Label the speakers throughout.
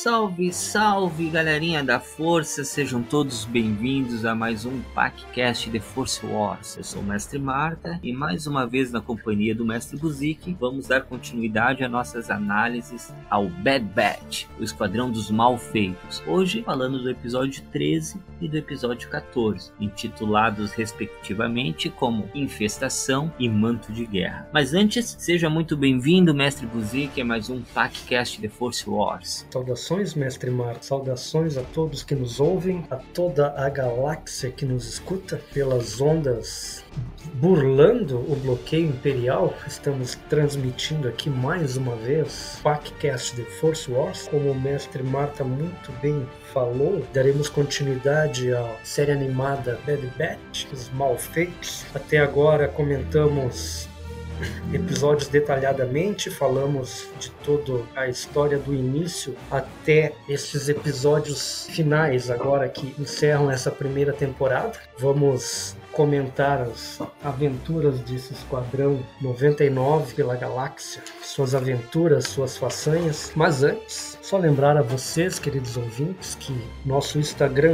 Speaker 1: Salve, salve, galerinha da Força, sejam todos bem-vindos a mais um PacCast The Force Wars. Eu sou o Mestre Marta e mais uma vez na companhia do Mestre Buzik, vamos dar continuidade a nossas análises ao Bad Batch, o Esquadrão dos Malfeitos. Hoje falando do episódio 13 e do episódio 14, intitulados respectivamente como Infestação e Manto de Guerra. Mas antes, seja muito bem-vindo, Mestre Buzik, a mais um PacCast The Force Wars.
Speaker 2: Saudações, Mestre Marta, saudações a todos que nos ouvem, a toda a galáxia que nos escuta pelas ondas. Burlando o bloqueio imperial, estamos transmitindo aqui mais uma vez PacCast The Force Wars. Como o Mestre Marta muito bem falou, daremos continuidade à série animada Bad Batch, Os Malfeitos. Até agora comentamos episódios detalhadamente, falamos de toda a história do início até esses episódios finais agora que encerram essa primeira temporada. Vamos comentar as aventuras desse Esquadrão 99 pela galáxia, suas aventuras, suas façanhas. Mas antes, só lembrar a vocês, queridos ouvintes, que nosso Instagram,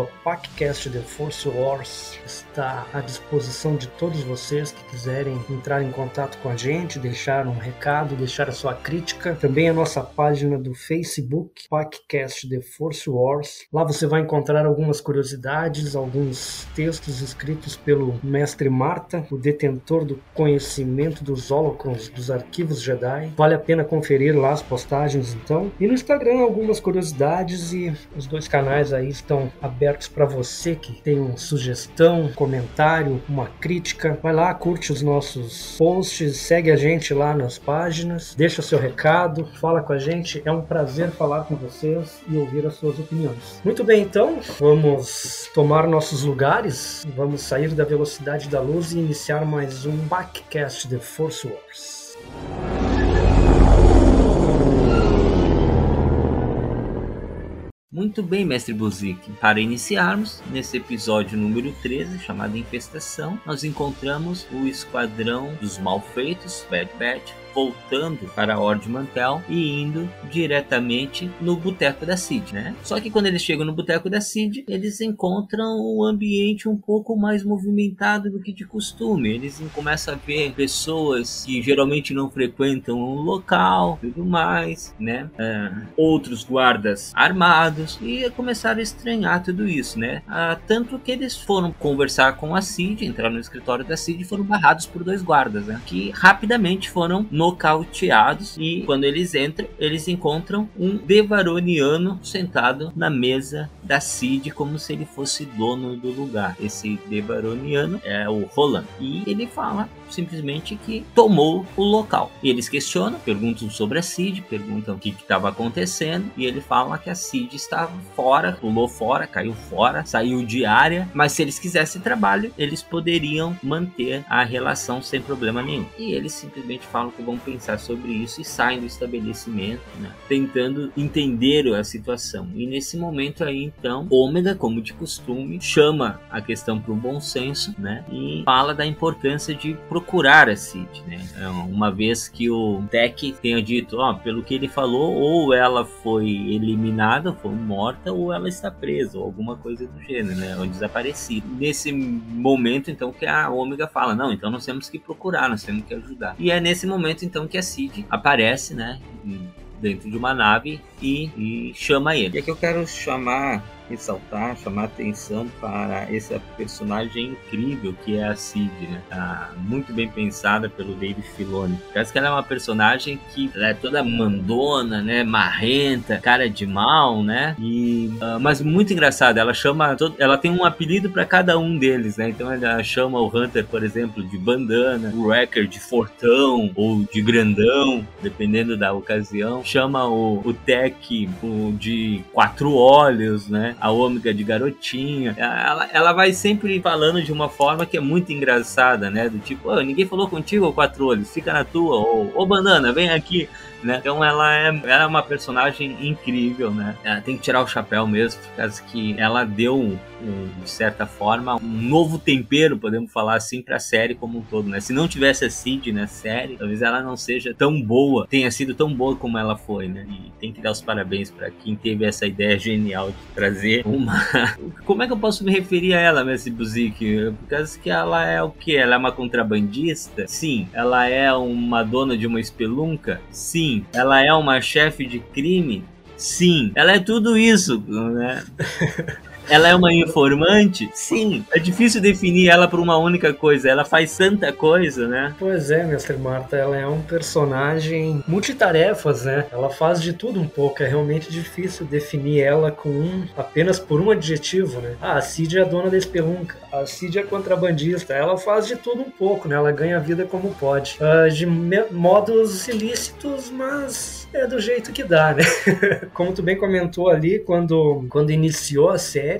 Speaker 2: @PacCastTheForceWars, está à disposição de todos vocês que quiserem entrar em contato com a gente, deixar um recado, deixar a sua crítica. Também a nossa página do Facebook, PacCast The Force Wars. Lá você vai encontrar algumas curiosidades, alguns textos escritos pelo Mestre Marta, o detentor do conhecimento dos holocrons, dos arquivos Jedi. Vale a pena conferir lá as postagens, então. E no Instagram algumas curiosidades, e os dois canais aí estão abertos para você que tem uma sugestão, comentário, uma crítica. Vai lá, curte os nossos posts, segue a gente lá nas páginas, deixa o seu recado, fala com a gente. É um prazer falar com vocês e ouvir as suas opiniões. Muito bem, então, vamos tomar nossos lugares, vamos sair da velocidade da luz e iniciar mais um PacCast The Force Wars.
Speaker 1: Muito bem, Mestre Buzik. Para iniciarmos, nesse episódio número 13, chamado Infestação, nós encontramos o Esquadrão dos Malfeitos, Bad Batch, voltando para a Ord Mantell e indo diretamente no Boteco da Cid, né? Só que quando eles chegam no Boteco da Cid, eles encontram o ambiente um pouco mais movimentado do que de costume. Eles começam a ver pessoas que geralmente não frequentam o local, tudo mais, né? Outros guardas armados, e começaram a estranhar tudo isso, né? Tanto que eles foram conversar com a Cid, entraram no escritório da Cid e foram barrados por dois guardas, né? Que rapidamente foram nocauteados, e quando eles entram, eles encontram um devaroniano sentado na mesa da Cid como se ele fosse dono do lugar. Esse devaroniano é o Roland, e ele fala simplesmente que tomou o local. E eles questionam, perguntam sobre a Cid, perguntam o que estava acontecendo, e ele fala que a Cid estava fora, pulou fora, caiu fora, saiu de área, mas se eles quisessem trabalho, eles poderiam manter a relação sem problema nenhum. E eles simplesmente falam que vão pensar sobre isso e saem do estabelecimento, né, tentando entender a situação. E nesse momento aí, então, Ômega, como de costume, chama a questão para o bom senso, né, e fala da importância de procurar a Cid, né, uma vez que o Tech tenha dito, pelo que ele falou, ou ela foi eliminada, foi morta, ou ela está presa, ou alguma coisa do gênero, né, ou desaparecida. Nesse momento, então, que a Ômega fala, não, então nós temos que procurar, nós temos que ajudar. E é nesse momento, então, que a Cid aparece, né, dentro de uma nave e chama ele. E aqui eu quero chamar atenção para essa personagem incrível que é a Cid, né? Muito bem pensada pelo Dave Filoni. Parece que ela é uma personagem que ela é toda mandona, né? Marrenta, cara de mal, né? Mas muito engraçada. Ela tem um apelido para cada um deles, né? Então ela chama o Hunter, por exemplo, de bandana, o Wrecker de fortão ou de grandão, dependendo da ocasião. Chama o Tech de quatro olhos, né? A Ômega de garotinha. Ela vai sempre falando de uma forma que é muito engraçada, né? Do tipo, ninguém falou contigo, quatro olhos, fica na tua. Ou bandana, vem aqui. né? Então ela é uma personagem incrível, né? Ela tem que tirar o chapéu mesmo, por causa que ela deu, de certa forma, um novo tempero, podemos falar assim, pra série como um todo, né? Se não tivesse a Cid na série, talvez ela não seja tão boa, tenha sido tão boa como ela foi, né? E tem que dar os parabéns pra quem teve essa ideia genial de trazer uma... Como é que eu posso me referir a ela, Messi Buzik? Por causa que ela é o quê? Ela é uma contrabandista? Sim. Ela é uma dona de uma espelunca? Sim. Ela é uma chefe de crime? Sim. Ela é tudo isso, né? Ela é uma informante? Sim. É difícil definir ela por uma única coisa. Ela faz tanta coisa, né?
Speaker 2: Pois é, Mestre Marta. Ela é um personagem multitarefas, né? Ela faz de tudo um pouco. É realmente difícil definir ela apenas por um adjetivo, né? Ah, a Cid é a dona da espelunca. A Cid é contrabandista. Ela faz de tudo um pouco, né? Ela ganha a vida como pode. De modos ilícitos, mas é do jeito que dá, né? Como tu bem comentou ali, quando iniciou a série,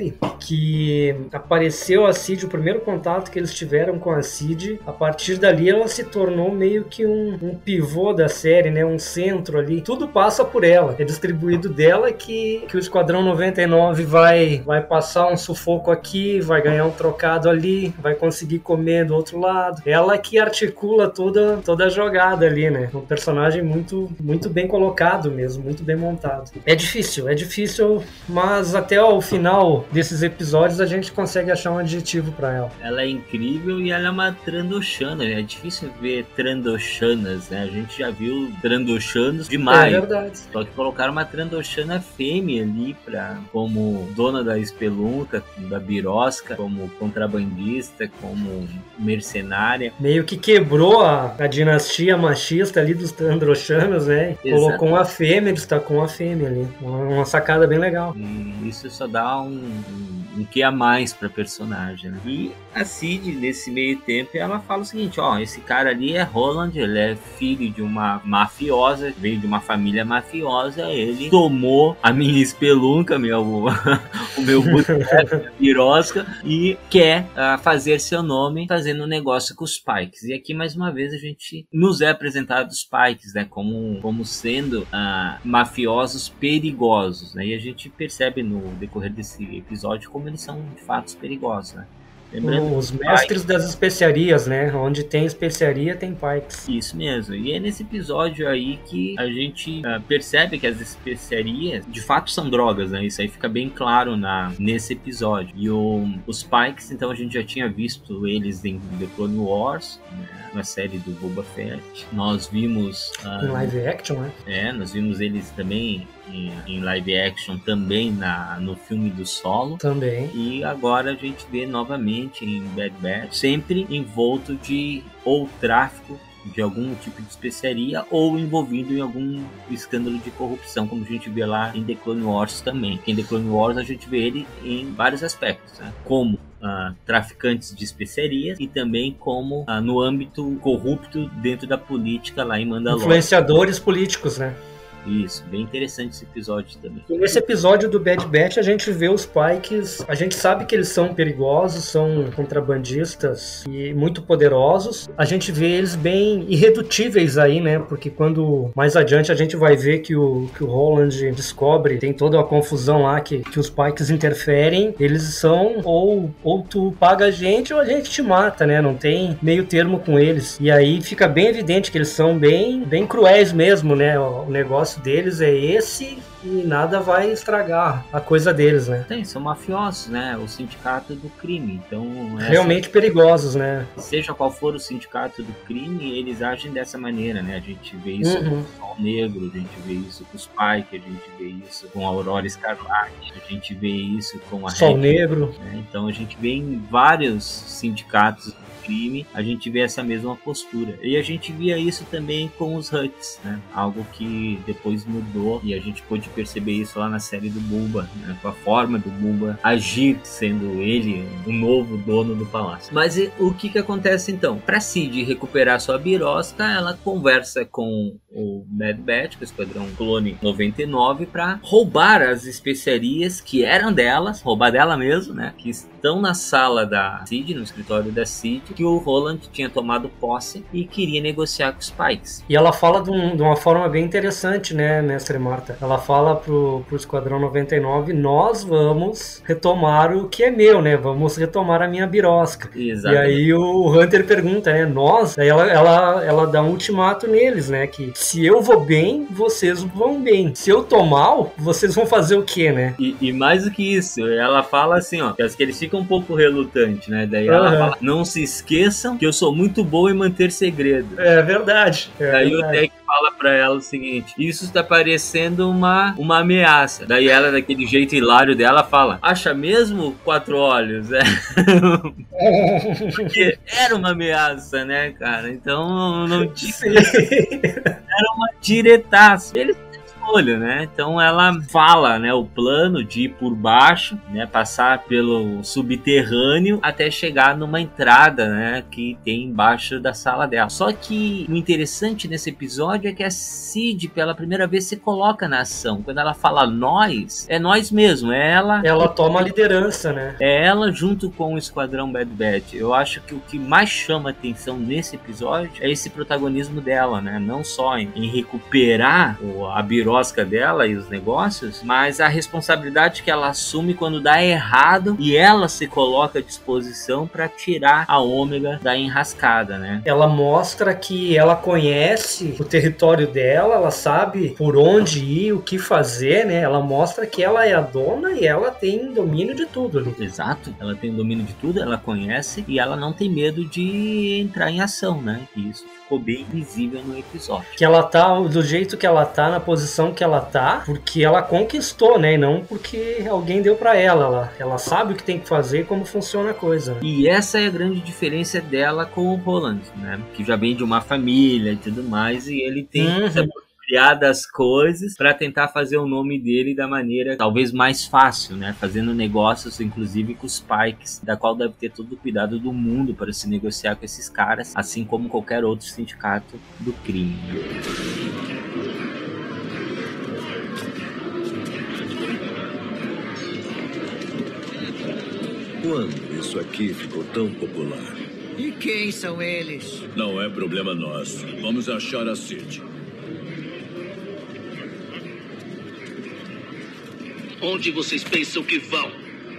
Speaker 2: que apareceu a Cid, o primeiro contato que eles tiveram com a Cid, a partir dali ela se tornou meio que um pivô da série, né? Um centro ali. Tudo passa por ela. É distribuído dela que o Esquadrão 99 vai passar um sufoco aqui, vai ganhar um trocado ali, vai conseguir comer do outro lado. Ela que articula toda a jogada ali, né? Um personagem muito, muito bem colocado mesmo, muito bem montado. É difícil, mas até o final desses episódios a gente consegue achar um adjetivo pra ela.
Speaker 1: Ela é incrível e ela é uma Trandoshana. É difícil ver Trandoshanas, né? A gente já viu Trandoshanos demais.
Speaker 2: É verdade.
Speaker 1: Só que colocaram uma Trandoshana fêmea ali como dona da espelunca, da birosca, como contrabandista, como mercenária.
Speaker 2: Meio que quebrou a dinastia machista ali dos Trandoshanos, né? Colocou uma fêmea, destacou uma fêmea ali. Uma sacada bem legal.
Speaker 1: E isso só dá um que a mais pra personagem, né? E a Cid, nesse meio tempo, ela fala o seguinte, esse cara ali é Roland, ele é filho de uma mafiosa, veio de uma família mafiosa, ele tomou a minha espelunca, o meu boteco, birosca, e quer fazer seu nome fazendo um negócio com os Pikes. E aqui, mais uma vez, a gente nos é apresentado os Pikes, né? Como sendo mafiosos perigosos, né? E a gente percebe no decorrer desse episódio como eles são de fato perigosos, né?
Speaker 2: Lembrando os mestres das especiarias, né? Onde tem especiaria, tem Pikes.
Speaker 1: Isso mesmo. E é nesse episódio aí que a gente percebe que as especiarias de fato são drogas, né? Isso aí fica bem claro nesse episódio. E os Pikes, então, a gente já tinha visto eles em The Clone Wars, né? Na série do Boba Fett. Nós vimos...
Speaker 2: em live action, né?
Speaker 1: Nós vimos eles também em live action, também no filme do Solo.
Speaker 2: Também.
Speaker 1: E agora a gente vê novamente em Bad Batch, sempre envolto de ou tráfico de algum tipo de especiaria ou envolvido em algum escândalo de corrupção, como a gente vê lá em The Clone Wars também. Em The Clone Wars a gente vê ele em vários aspectos, né? Como traficantes de especiarias e também como no âmbito corrupto dentro da política lá em Mandalore.
Speaker 2: Influenciadores políticos, né?
Speaker 1: Isso, bem interessante esse episódio também.
Speaker 2: E nesse episódio do Bad Batch a gente vê os Pikes, a gente sabe que eles são perigosos, são contrabandistas e muito poderosos. A gente vê eles bem irredutíveis aí, né? Porque quando mais adiante a gente vai ver que o Roland descobre, tem toda a confusão lá que os Pikes interferem, eles são ou tu paga a gente ou a gente te mata, né? Não tem meio termo com eles. E aí fica bem evidente que eles são bem cruéis mesmo, né? O negócio deles é esse e nada vai estragar a coisa deles, né?
Speaker 1: São mafiosos, né? O sindicato do crime. Então,
Speaker 2: realmente perigosos, né?
Speaker 1: Seja qual for o sindicato do crime, eles agem dessa maneira, né? A gente vê isso com o Sol Negro, a gente vê isso com os Pike, a gente vê isso com a Aurora Escarlate, a gente vê isso com a
Speaker 2: Sol Negro.
Speaker 1: Né? Então a gente vê em vários sindicatos crime, a gente vê essa mesma postura. E a gente via isso também com os Hutts, né? Algo que depois mudou e a gente pôde perceber isso lá na série do Bubba, né? Com a forma do Bubba agir, sendo ele o novo dono do palácio. Mas o que acontece então? Para Cid recuperar sua birosca, ela conversa com o Bad Batch, o Esquadrão Clone 99, para roubar as especiarias que eram delas, roubar dela mesmo, né? Que estão na sala da Cid, no escritório da Cid, que o Roland tinha tomado posse e queria negociar com os Pikes.
Speaker 2: E ela fala de uma forma bem interessante, né, Mestre Marta? Ela fala pro Esquadrão 99, nós vamos retomar o que é meu, né? Vamos retomar a minha birosca.
Speaker 1: Exatamente.
Speaker 2: E aí o Hunter pergunta, né? Nós? Aí ela dá um ultimato neles, né? Que se eu vou bem, vocês vão bem. Se eu tô mal, vocês vão fazer o quê, né?
Speaker 1: E mais do que isso, ela fala assim, ó, que eles ficam um pouco relutantes, né? Daí ela fala, não se esqueçam que eu sou muito boa em manter segredo.
Speaker 2: É verdade.
Speaker 1: Daí o Tech fala pra ela o seguinte, isso está parecendo uma ameaça. Daí ela, daquele jeito hilário dela, fala, acha mesmo 4 olhos? Porque era uma ameaça, né, cara? Então não tinha... Era uma diretaça. Eles olho, né? Então ela fala, né, o plano de ir por baixo, né, passar pelo subterrâneo até chegar numa entrada, né, que tem embaixo da sala dela. Só que o interessante nesse episódio é que a Cid pela primeira vez se coloca na ação. Quando ela fala nós, é nós mesmo, é ela.
Speaker 2: Ela toma a liderança, né?
Speaker 1: É ela junto com o Esquadrão Bad Batch. Eu acho que o que mais chama atenção nesse episódio é esse protagonismo dela, né? Não só em recuperar a birosca dela e os negócios, mas a responsabilidade que ela assume quando dá errado e ela se coloca à disposição para tirar a Ômega da enrascada, né?
Speaker 2: Ela mostra que ela conhece o território dela, ela sabe por onde ir, o que fazer, né? Ela mostra que ela é a dona e ela tem domínio de tudo ali.
Speaker 1: Exato, ela tem domínio de tudo, ela conhece e ela não tem medo de entrar em ação, né? Isso ficou bem visível no episódio.
Speaker 2: Que ela tá do jeito que ela tá, na posição que ela tá, porque ela conquistou, né? E não porque alguém deu pra ela. Ela sabe o que tem que fazer e como funciona a coisa. Né?
Speaker 1: E essa é a grande diferença dela com o Roland, né? Que já vem de uma família e tudo mais, e ele tem criar das coisas para tentar fazer o nome dele da maneira talvez mais fácil, né? Fazendo negócios, inclusive, com os Pikes, da qual deve ter todo o cuidado do mundo para se negociar com esses caras, assim como qualquer outro sindicato do crime.
Speaker 3: Quando isso aqui ficou tão popular?
Speaker 4: E quem são eles?
Speaker 3: Não é problema nosso. Vamos achar a Cid.
Speaker 4: Onde vocês pensam que vão?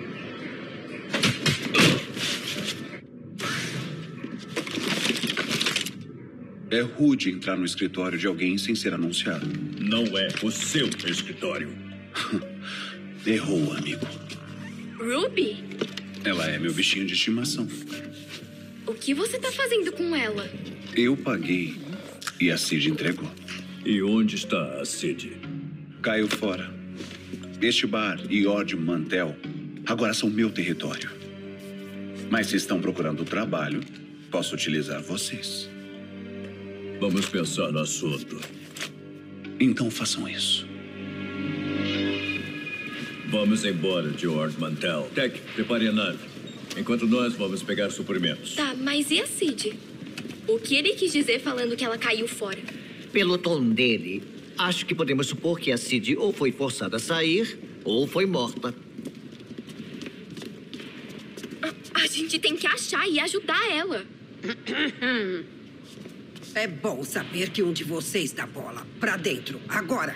Speaker 5: É rude entrar no escritório de alguém sem ser anunciado.
Speaker 3: Não é o seu escritório.
Speaker 5: Errou, amigo.
Speaker 6: Ruby?
Speaker 5: Ela é meu bichinho de estimação.
Speaker 6: O que você tá fazendo com ela?
Speaker 5: Eu paguei e a Cid entregou.
Speaker 3: E onde está a Cid?
Speaker 5: Caiu fora. Este bar e Ord Mantell agora são meu território. Mas se estão procurando trabalho, posso utilizar vocês.
Speaker 3: Vamos pensar no assunto.
Speaker 5: Então façam isso.
Speaker 3: Vamos embora de Ord Mantell. Tech, prepare a nave. Enquanto nós vamos pegar suprimentos.
Speaker 6: Tá, mas e a Cid? O que ele quis dizer falando que ela caiu fora?
Speaker 4: Pelo tom dele, acho que podemos supor que a Cid ou foi forçada a sair, ou foi morta.
Speaker 6: A gente tem que achar e ajudar ela.
Speaker 7: É bom saber que um de vocês dá bola. Pra dentro, agora.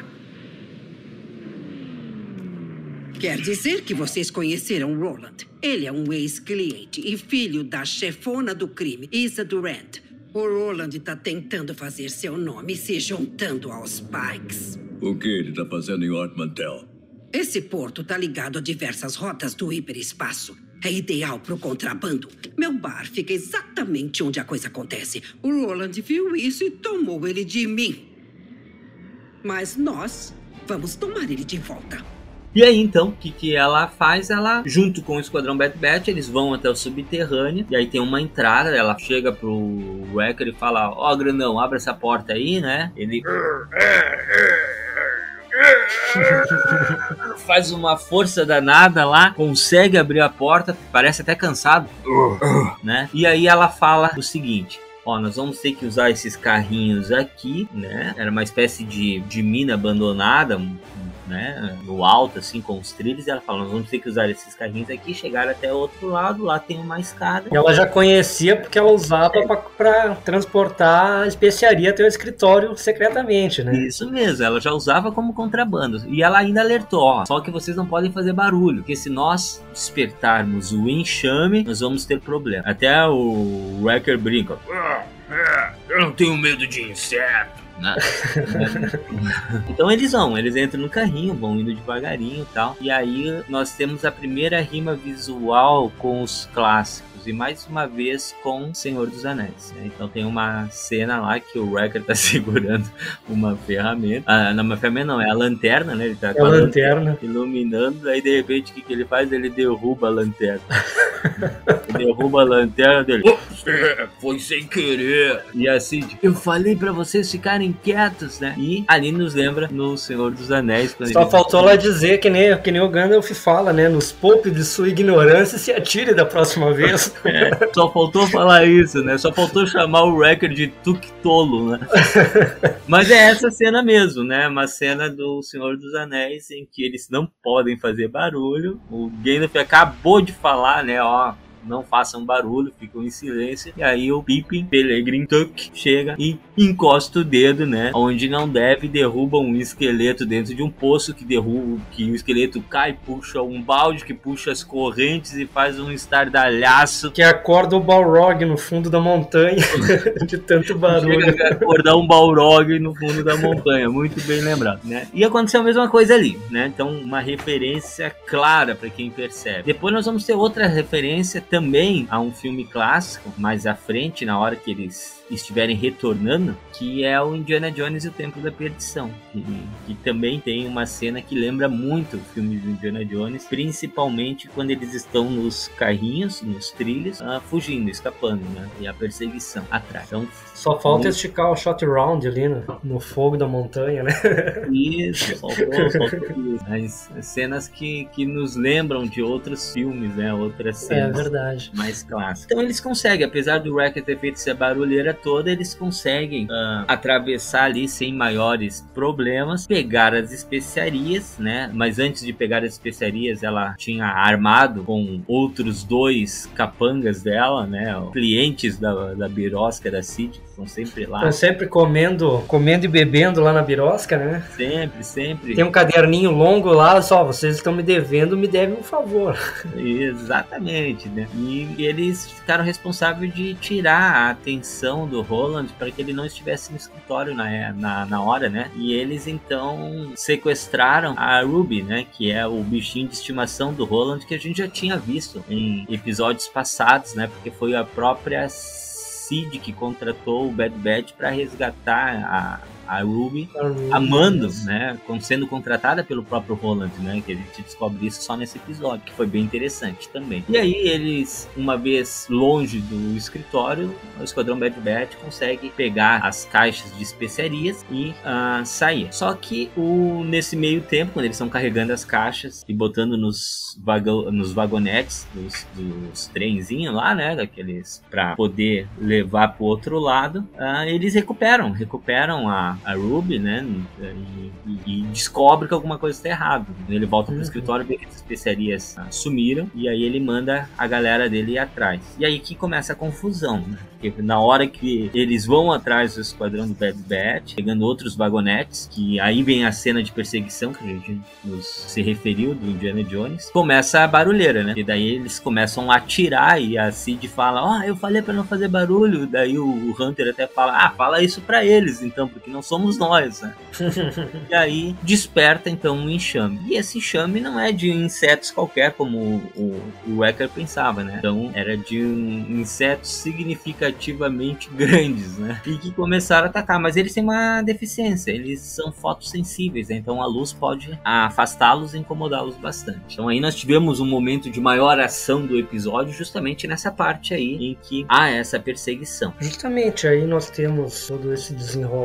Speaker 7: Quer dizer que vocês conheceram Roland. Ele é um ex-cliente e filho da chefona do crime, Isa Durant. O Roland tá tentando fazer seu nome se juntando aos Pikes.
Speaker 3: O que ele tá fazendo em Ord Mantell?
Speaker 7: Esse porto tá ligado a diversas rotas do hiperespaço. É ideal pro contrabando. Meu bar fica exatamente onde a coisa acontece. O Roland viu isso e tomou ele de mim. Mas nós vamos tomar ele de volta.
Speaker 1: E aí, então, o que ela faz? Ela, junto com o Esquadrão Bad Batch, eles vão até o subterrâneo. E aí tem uma entrada, ela chega pro Wrecker e fala: ó, grandão, abre essa porta aí, né? Ele faz uma força danada lá, consegue abrir a porta, parece até cansado, né? E aí ela fala o seguinte: ó, nós vamos ter que usar esses carrinhos aqui, né? Era uma espécie de mina abandonada, né, no alto, assim, com os trilhos, e ela fala, nós vamos ter que usar esses carrinhos aqui, chegar até o outro lado, lá tem uma escada.
Speaker 2: E ela já conhecia porque ela usava para transportar a especiaria até o escritório secretamente, né?
Speaker 1: Isso mesmo, ela já usava como contrabando. E ela ainda alertou, ó, só que vocês não podem fazer barulho, porque se nós despertarmos o enxame, nós vamos ter problema. Até o Wrecker brinca, eu não tenho medo de inseto. Então eles entram no carrinho, vão indo devagarinho e tal. E aí nós temos a primeira rima visual com os clássicos. E mais uma vez com Senhor dos Anéis, né? Então tem uma cena lá que o Wrecker tá segurando uma ferramenta. Não, uma ferramenta não, é a lanterna, né? Ele tá com a lanterna iluminando, aí de repente o que ele faz? Ele derruba a lanterna. Derruba a lanterna dele. Foi sem querer. E assim, eu falei pra vocês ficarem quietos, né? E ali nos lembra no Senhor dos Anéis.
Speaker 2: Só faltou ela dizer que nem o Gandalf fala, né? Nos poupe de sua ignorância e se atire da próxima vez.
Speaker 1: Só faltou falar isso, né? Só faltou chamar o Wrecker de Tuctolo, né? Mas é essa cena mesmo, né? Uma cena do Senhor dos Anéis em que eles não podem fazer barulho. O Gandalf acabou de falar, né? Ó, não façam barulho, ficam em silêncio. E aí o Pippin, Pelegrin Tuck, chega e encosta o dedo, né? Onde não deve, derruba um esqueleto dentro de um poço, que o esqueleto cai, puxa um balde, que puxa as correntes e faz um estardalhaço.
Speaker 2: Que acorda o Balrog no fundo da montanha, de tanto barulho.
Speaker 1: Chega a acordar um Balrog no fundo da montanha, muito bem lembrado, né? E aconteceu a mesma coisa ali, né? Então uma referência clara para quem percebe. Depois nós vamos ter outra referência também a um filme clássico, mais à frente, na hora que eles estiverem retornando, que é o Indiana Jones e o Templo da Perdição, que também tem uma cena que lembra muito o filme do Indiana Jones, principalmente quando eles estão nos carrinhos, nos trilhos, fugindo, escapando, né? E a perseguição atrás. Então,
Speaker 2: só falta esticar o shot round ali no fogo da montanha, né?
Speaker 1: Isso, faltou isso. As cenas que nos lembram de outros filmes, né? Outras cenas.
Speaker 2: É verdade.
Speaker 1: Mais clássicas. Então eles conseguem, apesar do Wrecker ter feito essa barulheira toda, eles conseguem atravessar ali sem maiores problemas, pegar as especiarias, né? Mas antes de pegar as especiarias, ela tinha armado com outros 2 capangas dela, né? Clientes da birosca da Cid, que estão sempre lá.
Speaker 2: Estão sempre comendo e bebendo lá na birosca, né?
Speaker 1: Sempre.
Speaker 2: Tem um caderninho longo lá, só, vocês estão me devendo, me devem um favor.
Speaker 1: Exatamente, né? E eles ficaram responsáveis de tirar a atenção do Roland para que ele não estivesse no escritório na hora, né? E eles então sequestraram a Ruby, né? Que é o bichinho de estimação do Roland, que a gente já tinha visto em episódios passados, né? Porque foi a própria Cid que contratou o Bad Batch para resgatar a Ruby, amando, né, sendo contratada pelo próprio Roland, né, que a gente descobre isso só nesse episódio, que foi bem interessante também. E aí eles, uma vez longe do escritório, o Esquadrão Bad Batch consegue pegar as caixas de especiarias e sair. Só que nesse meio tempo, quando eles estão carregando as caixas e botando nos vagonetes dos trenzinhos lá, né, daqueles para poder levar pro outro lado, eles recuperam a Ruby, né, e descobre que alguma coisa está errada. Ele volta pro escritório, vê que as especiarias sumiram, e aí ele manda a galera dele ir atrás. E aí que começa a confusão, né? Porque na hora que eles vão atrás do esquadrão do Bad Batch, pegando outros vagonetes, que aí vem a cena de perseguição que a gente se referiu do Indiana Jones, começa a barulheira, né? E daí eles começam a atirar e a Cid fala, eu falei pra não fazer barulho. Daí o Hunter até fala, fala isso pra eles então, porque não somos nós, né? E aí desperta então um enxame. E esse enxame não é de insetos qualquer, como o Wrecker pensava, né? Então era de insetos significativamente grandes, né? E que começaram a atacar, mas eles têm uma deficiência, eles são fotossensíveis, né? Então a luz pode afastá-los e incomodá-los bastante. Então aí nós tivemos um momento de maior ação do episódio justamente nessa parte aí em que há essa perseguição.
Speaker 2: Justamente aí nós temos todo esse desenrolar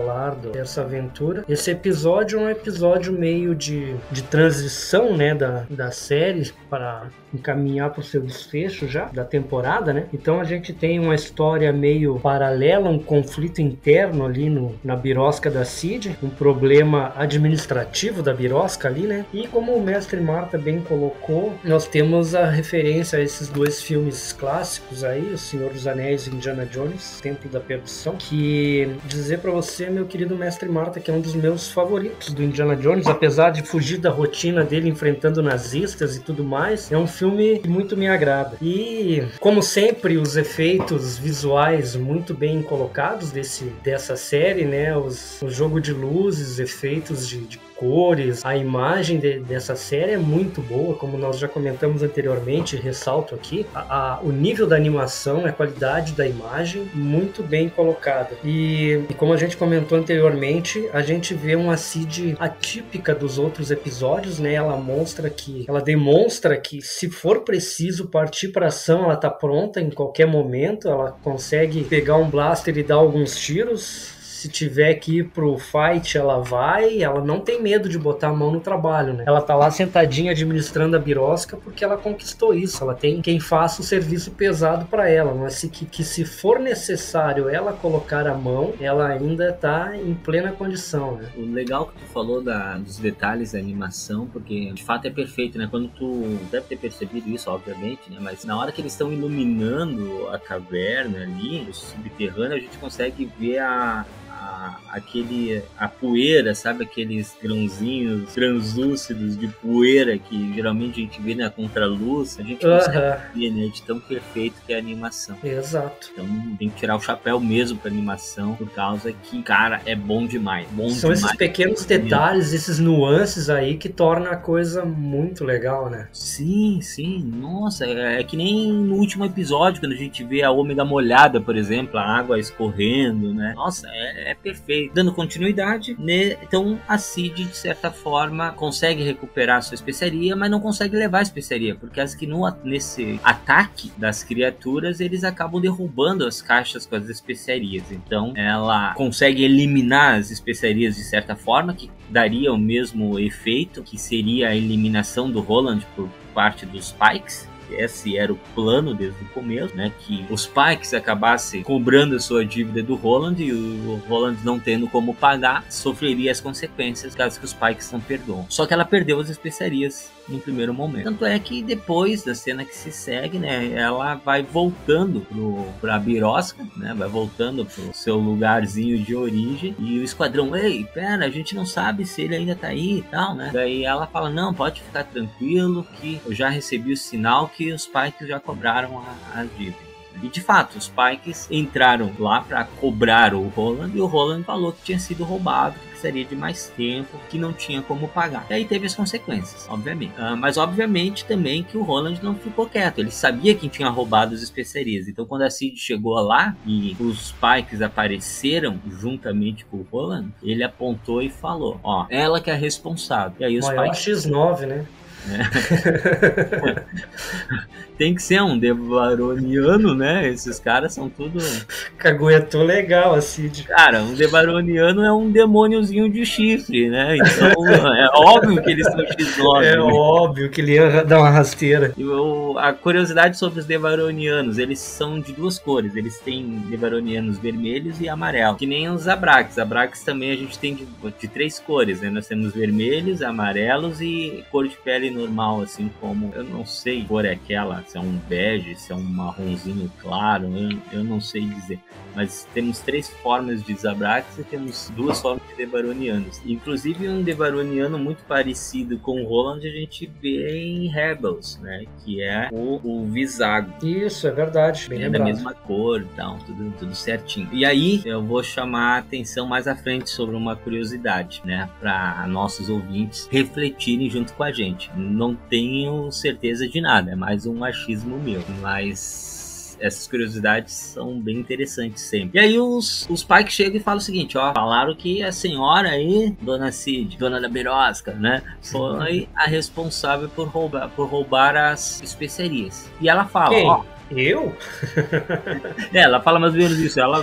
Speaker 2: dessa aventura. Esse episódio é um episódio meio de transição, né, da série para encaminhar para o seu desfecho já da temporada, né? Então a gente tem uma história meio paralela, um conflito interno ali na birosca da Cid, um problema administrativo da birosca ali, né? E como o mestre Marta bem colocou, nós temos a referência a esses dois filmes clássicos aí, O Senhor dos Anéis e Indiana Jones, Templo da Perdição, que dizer para você, meu querido mestre Marta, que é um dos meus favoritos do Indiana Jones, apesar de fugir da rotina dele enfrentando nazistas e tudo mais, é um filme que muito me agrada. E, como sempre, os efeitos visuais muito bem colocados dessa série, né? O jogo de luzes, os efeitos de cores, a imagem dessa série é muito boa, como nós já comentamos anteriormente, ressalto aqui, o nível da animação, a qualidade da imagem, muito bem colocada. E como a gente comentou anteriormente, a gente vê uma Cid atípica dos outros episódios, né? Ela demonstra que se for preciso partir para ação, ela tá pronta em qualquer momento, ela consegue pegar um blaster e dar alguns tiros. Se tiver que ir pro fight, ela vai, ela não tem medo de botar a mão no trabalho, né? Ela tá lá sentadinha administrando a birosca porque ela conquistou isso, ela tem quem faça o serviço pesado para ela, mas que se for necessário ela colocar a mão, ela ainda tá em plena condição, né?
Speaker 1: O legal que tu falou dos detalhes da animação, porque de fato é perfeito, né? Quando tu deve ter percebido isso, obviamente, né? Mas na hora que eles estão iluminando a caverna ali, o subterrâneo, a gente consegue ver a poeira, sabe? Aqueles grãozinhos translúcidos de poeira que geralmente a gente vê na contraluz, a gente consegue ver, né? De tão perfeito que é a animação.
Speaker 2: Exato.
Speaker 1: Então tem que tirar o chapéu mesmo pra animação, por causa que, cara, é bom demais.
Speaker 2: São esses pequenos detalhes, esses nuances aí que tornam a coisa muito legal, né?
Speaker 1: Sim, nossa, é que nem no último episódio, quando a gente vê a ômega molhada, por exemplo, a água escorrendo, né? Nossa, é perfeito. Dando continuidade, né? Então a Cid, de certa forma, consegue recuperar a sua especiaria, mas não consegue levar a especiaria, porque as que nesse ataque das criaturas, eles acabam derrubando as caixas com as especiarias. Então ela consegue eliminar as especiarias de certa forma, que daria o mesmo efeito, que seria a eliminação do Roland por parte dos Pikes. Esse era o plano desde o começo, né? Que os Pikes acabassem cobrando a sua dívida do Roland, e o Roland, não tendo como pagar, sofreria as consequências caso que os Pikes não perdoam. Só que ela perdeu as especiarias no primeiro momento. Tanto é que depois da cena que se segue, né, ela vai voltando pra birosca, né, vai voltando pro seu lugarzinho de origem, e o esquadrão, ei, pera, a gente não sabe se ele ainda tá aí e tal, né? Daí ela fala, não, pode ficar tranquilo que eu já recebi o sinal que os Pikes já cobraram a dívida. E de fato, os Pikes entraram lá para cobrar o Roland, e o Roland falou que tinha sido roubado, que precisaria de mais tempo, que não tinha como pagar. E aí teve as consequências, obviamente. Mas obviamente também que o Roland não ficou quieto, ele sabia quem tinha roubado as especiarias. Então quando a Cid chegou lá e os Pikes apareceram juntamente com o Roland, ele apontou e falou, ó, ela que é a responsável. E aí os
Speaker 2: maior
Speaker 1: Pikes...
Speaker 2: X9, né?
Speaker 1: Tem que ser um devaroniano, né? Esses caras são tudo...
Speaker 2: Caguetou legal a Cid.
Speaker 1: Cara, um devaroniano é um demôniozinho de chifre, né? Então é óbvio que eles são X9.
Speaker 2: É, né? Óbvio que ele ia dar uma rasteira.
Speaker 1: E a curiosidade sobre os devaronianos, eles são de duas cores. Eles têm devaronianos vermelhos e amarelos, que nem os Abrax. Abrax também a gente tem de três cores, né? Nós temos vermelhos, amarelos e cor de pele normal, assim como... Eu não sei que cor é aquela, se é um bege, se é um marronzinho claro, eu não sei dizer. Mas temos três formas de Zabrax e temos duas formas de devaronianos. Inclusive um devaroniano muito parecido com o Roland a gente vê em Rebels, né? Que é o Vizago.
Speaker 2: Isso, é verdade. Bem lembrado.
Speaker 1: Da mesma cor e tal, tudo certinho. E aí eu vou chamar a atenção mais à frente sobre uma curiosidade, né? Para nossos ouvintes refletirem junto com a gente. Não tenho certeza de nada, é mais um achismo meu, mas essas curiosidades são bem interessantes sempre. E aí os Pikes chegam e falam o seguinte, ó, falaram que a senhora aí, dona Cid, dona da birosca, né, foi a responsável por roubar as especiarias. E ela fala,
Speaker 2: quem?
Speaker 1: Ó...
Speaker 2: Eu?
Speaker 1: Ela fala mais ou menos isso, ela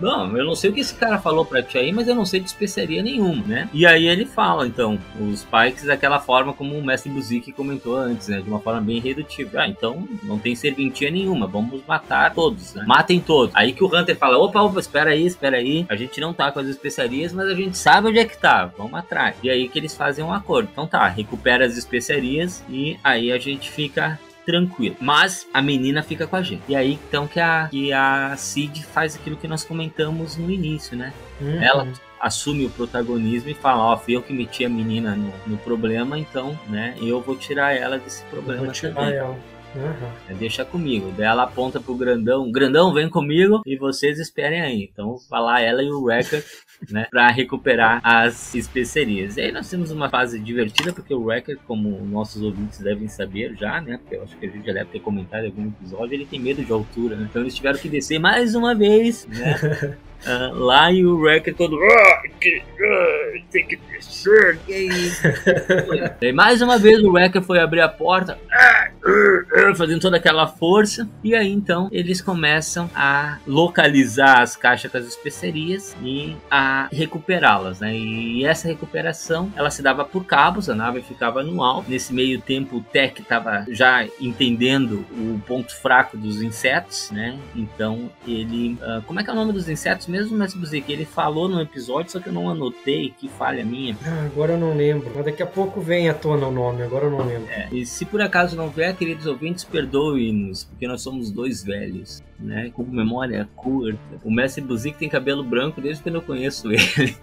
Speaker 1: Bom, eu não sei o que esse cara falou pra ti aí, mas eu não sei de especiaria nenhuma, né? E aí ele fala, então, os Pikes daquela forma como o mestre Buzik comentou antes, né? De uma forma bem redutiva. Então, não tem serventia nenhuma, vamos matar todos, né? Matem todos. Aí que o Hunter fala, opa, espera aí. A gente não tá com as especiarias, mas a gente sabe onde é que tá, vamos atrás. E aí que eles fazem um acordo. Então tá, recupera as especiarias e aí a gente fica tranquilo. Mas a menina fica com a gente. E aí então que a Cid faz aquilo que nós comentamos no início, né? Ela assume o protagonismo e fala, ó, fui eu que meti a menina no problema, então, né, eu vou tirar ela desse problema.
Speaker 2: Vou tirar ela.
Speaker 1: Deixa comigo. Daí ela aponta pro Grandão, Grandão, vem comigo e vocês esperem aí. Então vai lá ela e o Wrecker, né, pra recuperar as especiarias. E aí nós temos uma fase divertida, porque o Wrecker, como nossos ouvintes devem saber já, né, porque eu acho que a gente já deve ter comentado em algum episódio, ele tem medo de altura, né? Então eles tiveram que descer mais uma vez, né? Lá e o Wrecker todo tem que descer. E mais uma vez o Wrecker foi abrir a porta, fazendo toda aquela força. E aí então eles começam a localizar as caixas com as especiarias e a recuperá-las, né? E essa recuperação ela se dava por cabos, a nave ficava no alto. Nesse meio tempo o Tech estava já entendendo o ponto fraco dos insetos, né? Então ele... como é que é o nome dos insetos mesmo, mas que ele falou no episódio, só que eu não anotei, que falha minha.
Speaker 2: Agora eu não lembro, mas daqui a pouco vem à tona o nome, agora eu não lembro.
Speaker 1: E se por acaso não vier, queridos ouvintes, perdoem-nos, porque nós somos dois velhos, né, com memória curta. O mestre Buzik tem cabelo branco desde quando eu conheço ele.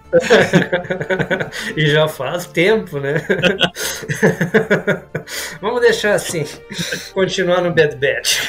Speaker 2: E já faz tempo, né? Vamos deixar assim, continuar no Bad Batch.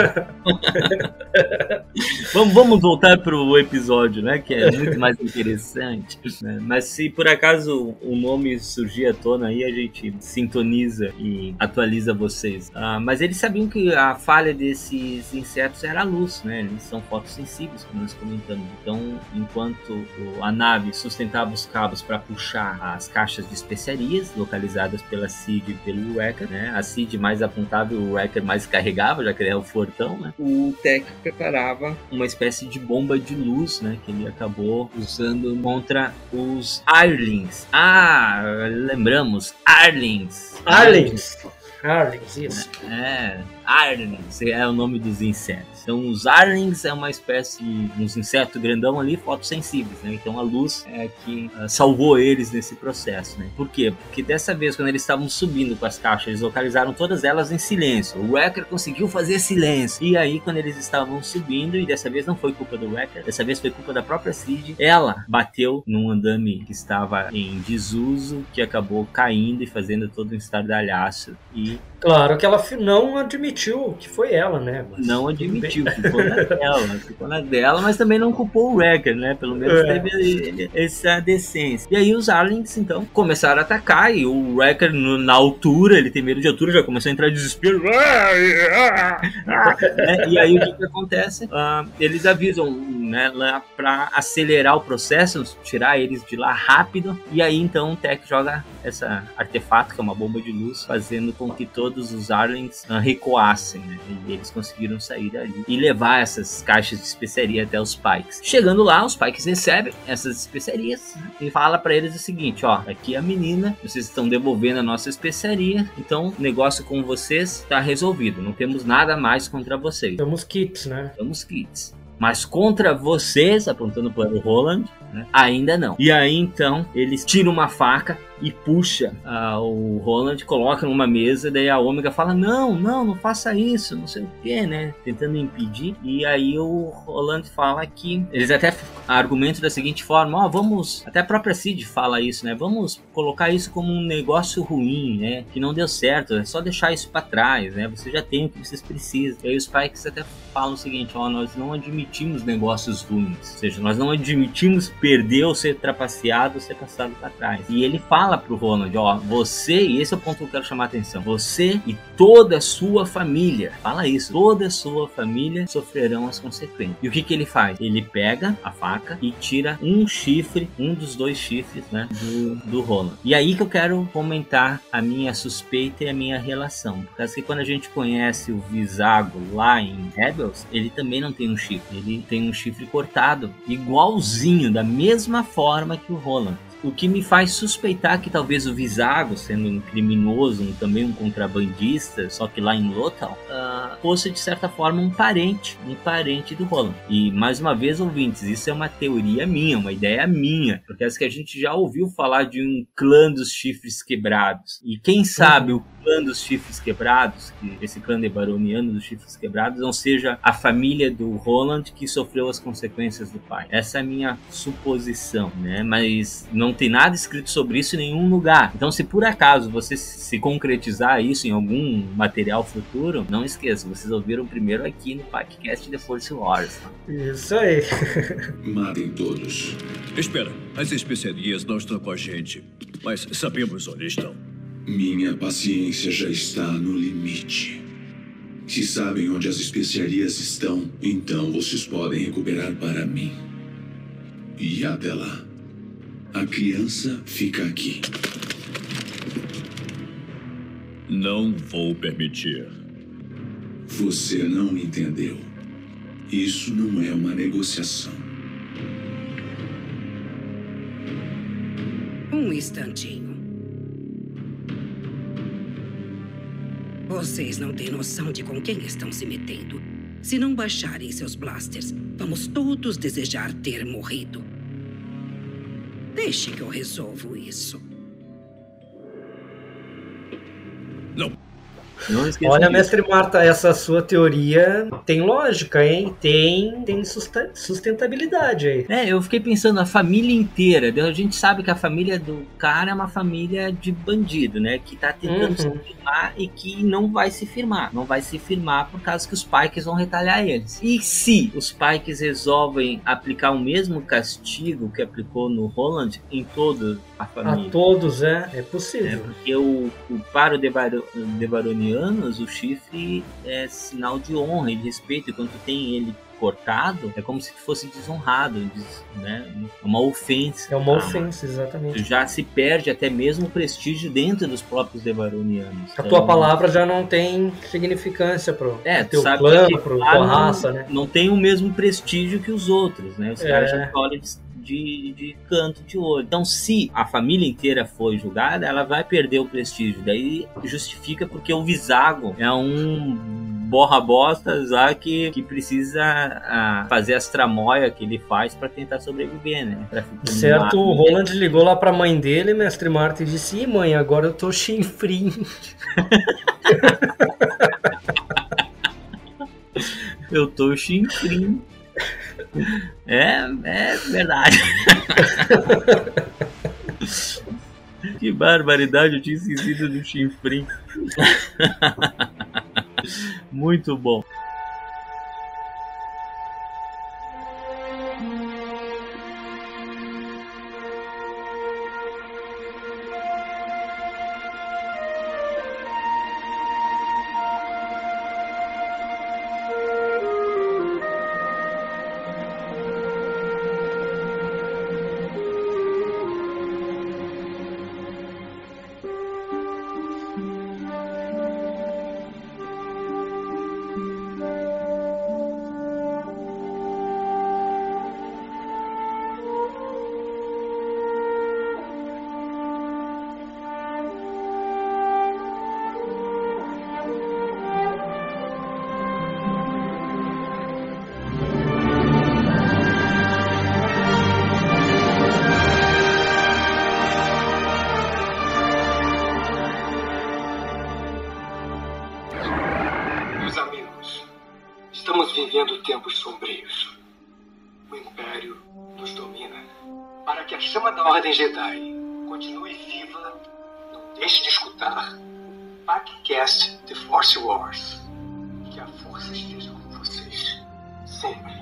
Speaker 1: Vamos voltar pro episódio, né, que é muito mais interessante, né? Mas se por acaso o nome surgir à tona aí, a gente sintoniza e atualiza vocês. Mas eles sabiam que a falha desses insetos era a luz, né? Eles são fotossensíveis, como nós comentamos. Então, enquanto a nave sustentava os cabos para puxar as caixas de especiarias localizadas pela Cid e pelo Wrecker, né? A Cid mais apontava e o Wrecker mais carregava, já que ele é o fortão, né? O Tech preparava uma espécie de bomba de luz, né, que ele acabou usando contra os Arlings. Lembramos, Arlings, isso. Arlings é o nome dos insetos. Então os Arlings é uma espécie de uns insetos grandão ali, fotossensíveis, né? Então a luz é que salvou eles nesse processo, né? Por quê? Porque dessa vez, quando eles estavam subindo com as caixas, eles localizaram todas elas em silêncio. O Wrecker conseguiu fazer silêncio. E aí, quando eles estavam subindo, e dessa vez não foi culpa do Wrecker, dessa vez foi culpa da própria Cid, ela bateu num andame que estava em desuso, que acabou caindo e fazendo todo um estardalhaço. E
Speaker 2: claro que ela não admitiu que foi ela, né?
Speaker 1: Mas não admitiu, ficou na dela, mas também não culpou o Wrecker, né? Pelo menos teve essa decência. E aí os Arlings, então, começaram a atacar, e o Wrecker, na altura, ele tem medo de altura, já começou a entrar em desespero. E aí o que acontece? Eles avisam, né, lá pra acelerar o processo, tirar eles de lá rápido, e aí então o Tech joga essa artefato, que é uma bomba de luz, fazendo com que todos os Arlings recuassem, né? E eles conseguiram sair dali e levar essas caixas de especiaria até os Pikes. Chegando lá, os Pikes recebem essas especiarias, né, e fala para eles o seguinte, ó, aqui é a menina, vocês estão devolvendo a nossa especiaria, então o negócio com vocês está resolvido, não temos nada mais contra vocês.
Speaker 2: Temos kits, né?
Speaker 1: Temos kits. Mas contra vocês, apontando para o Roland, né, ainda não. E aí então eles tiram uma faca e puxa o Roland, coloca numa mesa, daí a Ômega fala, não faça isso, não sei o que, né, tentando impedir. E aí o Roland fala que, eles até argumentam da seguinte forma, vamos, até a própria Cid fala isso, né, vamos colocar isso como um negócio ruim, né, que não deu certo, é só deixar isso pra trás, né, você já tem o que vocês precisam. E aí os Pikes até falam o seguinte, nós não admitimos negócios ruins, ou seja, nós não admitimos perder ou ser trapaceado ou ser passado pra trás. E ele fala fala pro Roland, ó, você, e esse é o ponto que eu quero chamar a atenção, você e toda a sua família, fala isso, toda a sua família sofrerão as consequências. E o que ele faz? Ele pega a faca e tira um chifre, um dos 2 chifres, né, do Roland. E aí que eu quero comentar a minha suspeita e a minha relação, porque quando a gente conhece o Vizago lá em Rebels, ele também não tem um chifre, ele tem um chifre cortado, igualzinho, da mesma forma que o Roland. O que me faz suspeitar que talvez o Vizago, sendo um criminoso, também um contrabandista, só que lá em Lothal, fosse de certa forma um parente do Roland. E mais uma vez, ouvintes, isso é uma teoria minha, uma ideia minha, porque que a gente já ouviu falar de um clã dos chifres quebrados. E quem sabe o clã dos chifres quebrados, que esse clã devaroniano dos chifres quebrados, não seja a família do Roland que sofreu as consequências do pai. Essa é a minha suposição, né? Mas não tem nada escrito sobre isso em nenhum lugar. Então, se por acaso você se concretizar isso em algum material futuro, não esqueça, vocês ouviram primeiro aqui no podcast The Force Wars. Tá?
Speaker 2: Isso aí.
Speaker 5: Matem todos.
Speaker 3: Espera, as especiarias não estão com a gente, mas sabemos onde estão.
Speaker 5: Minha paciência já está no limite. Se sabem onde as especiarias estão, então vocês podem recuperar para mim. E até lá, a criança fica aqui.
Speaker 3: Não vou permitir.
Speaker 5: Você não entendeu. Isso não é uma negociação.
Speaker 7: Um instantinho. Vocês não têm noção de com quem estão se metendo. Se não baixarem seus blasters, vamos todos desejar ter morrido. Deixe que eu resolvo isso.
Speaker 3: Não.
Speaker 2: Olha, mestre Marta, essa sua teoria tem lógica, hein? Tem sustentabilidade aí.
Speaker 1: Eu fiquei pensando, a família inteira, a gente sabe que a família do cara é uma família de bandido, né? Que tá tentando se firmar e que não vai se firmar. Não vai se firmar por causa que os Pikes vão retalhar eles. E se os Pikes resolvem aplicar o mesmo castigo que aplicou no Roland em toda a família?
Speaker 2: A todos, é possível.
Speaker 1: Porque para o devaroniano, o chifre é sinal de honra e de respeito, e quando tem ele cortado, é como se fosse desonrado, né? É uma ofensa.
Speaker 2: É uma ofensa, exatamente.
Speaker 1: Já se perde até mesmo o prestígio dentro dos próprios devaronianos.
Speaker 2: A tua palavra já não tem significância pro teu
Speaker 1: sabe
Speaker 2: clã, pro tua raça, né?
Speaker 1: Não tem o mesmo prestígio que os outros, né? Os caras já olham de canto de olho. Então, se a família inteira foi julgada, ela vai perder o prestígio. Daí justifica porque o Vizago é um borra-bostas lá que precisa fazer as tramóias que ele faz para tentar sobreviver, né?
Speaker 2: Certo, o Roland ligou lá pra mãe dele, mestre Marta, e disse: mãe, agora eu tô chinfrim.
Speaker 1: Eu tô chinfrim. É verdade. Que barbaridade, eu tinha esquecido do chinfrim. Muito bom.
Speaker 8: Estamos vivendo tempos sombrios. O Império nos domina. Para que a chama da Ordem Jedi continue viva, não deixe de escutar o podcast The Force Wars. Que a força esteja com vocês sempre.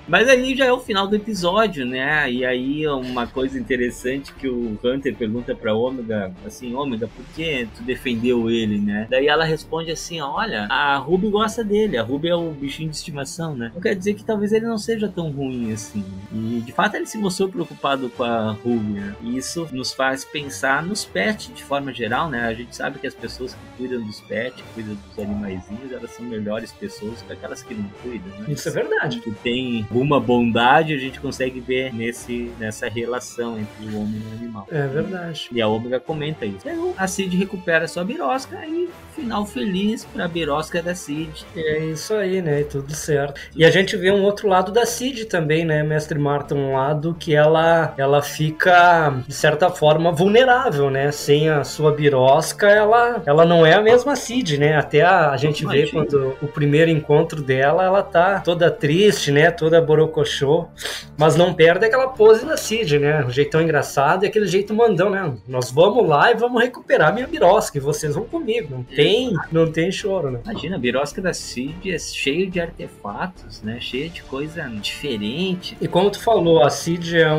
Speaker 9: Mas aí já é o final do episódio, né? E aí uma coisa interessante que o Hunter pergunta pra Ômega, assim, Ômega, por que tu defendeu ele, né? Daí ela responde assim, olha, a Ruby gosta dele, a Ruby é o bichinho de estimação, né? Não quer dizer que talvez ele não seja tão ruim assim. E de fato ele se mostrou preocupado com a Ruby, né? E isso nos faz pensar nos pets de forma geral, né? A gente sabe que as pessoas que cuidam dos pets, cuidam dos animaizinhos, elas são melhores pessoas que aquelas que não cuidam, né?
Speaker 2: Isso é verdade.
Speaker 9: Que tem uma bondade, a gente consegue ver nessa relação entre o homem e o animal.
Speaker 2: É verdade.
Speaker 9: E a Ômega comenta isso. Então, a Cid recupera sua birosca e final feliz pra birosca da Cid.
Speaker 2: É isso aí, né? E tudo certo. E a gente vê um outro lado da Cid também, né, Mestre Marta? Um lado que ela fica, de certa forma, vulnerável, né? Sem a sua birosca, ela não é a mesma Cid, né? Até a gente vê quando o primeiro encontro dela, ela tá toda triste, né? Toda borocochô, mas não perde aquela pose da Cid, né? Um jeitão engraçado e aquele jeito mandão, né? Nós vamos lá e vamos recuperar minha birosca e vocês vão comigo. Não tem choro, né?
Speaker 9: Imagina, a birosca da Cid é cheio de artefatos, né? Cheia de coisa diferente.
Speaker 2: E como tu falou, a Cid é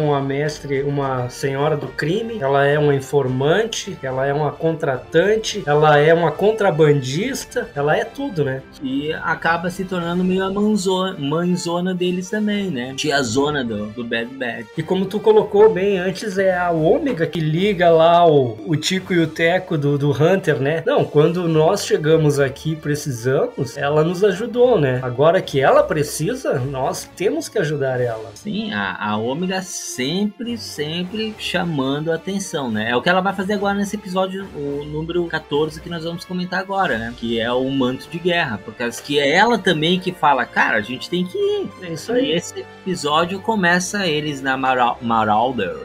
Speaker 2: uma senhora do crime, ela é uma informante, ela é uma contratante, ela é uma contrabandista, ela é tudo, né?
Speaker 9: E acaba se tornando meio a mãezona deles também, né? Tiazona do Bad Bad.
Speaker 2: E como tu colocou bem antes, é a Ômega que liga lá o Tico e o Teco do Hunter, né? Não, quando nós chegamos aqui e precisamos, ela nos ajudou, né? Agora que ela precisa, nós temos que ajudar ela.
Speaker 9: Sim, a Ômega sempre chamando a atenção, né? É o que ela vai fazer agora nesse episódio, o número 14 que nós vamos comentar agora, né? Que é o manto de guerra, porque que é ela também que fala, cara, a gente tem que ir.
Speaker 2: É isso aí.
Speaker 9: E esse episódio começa eles na Marauder.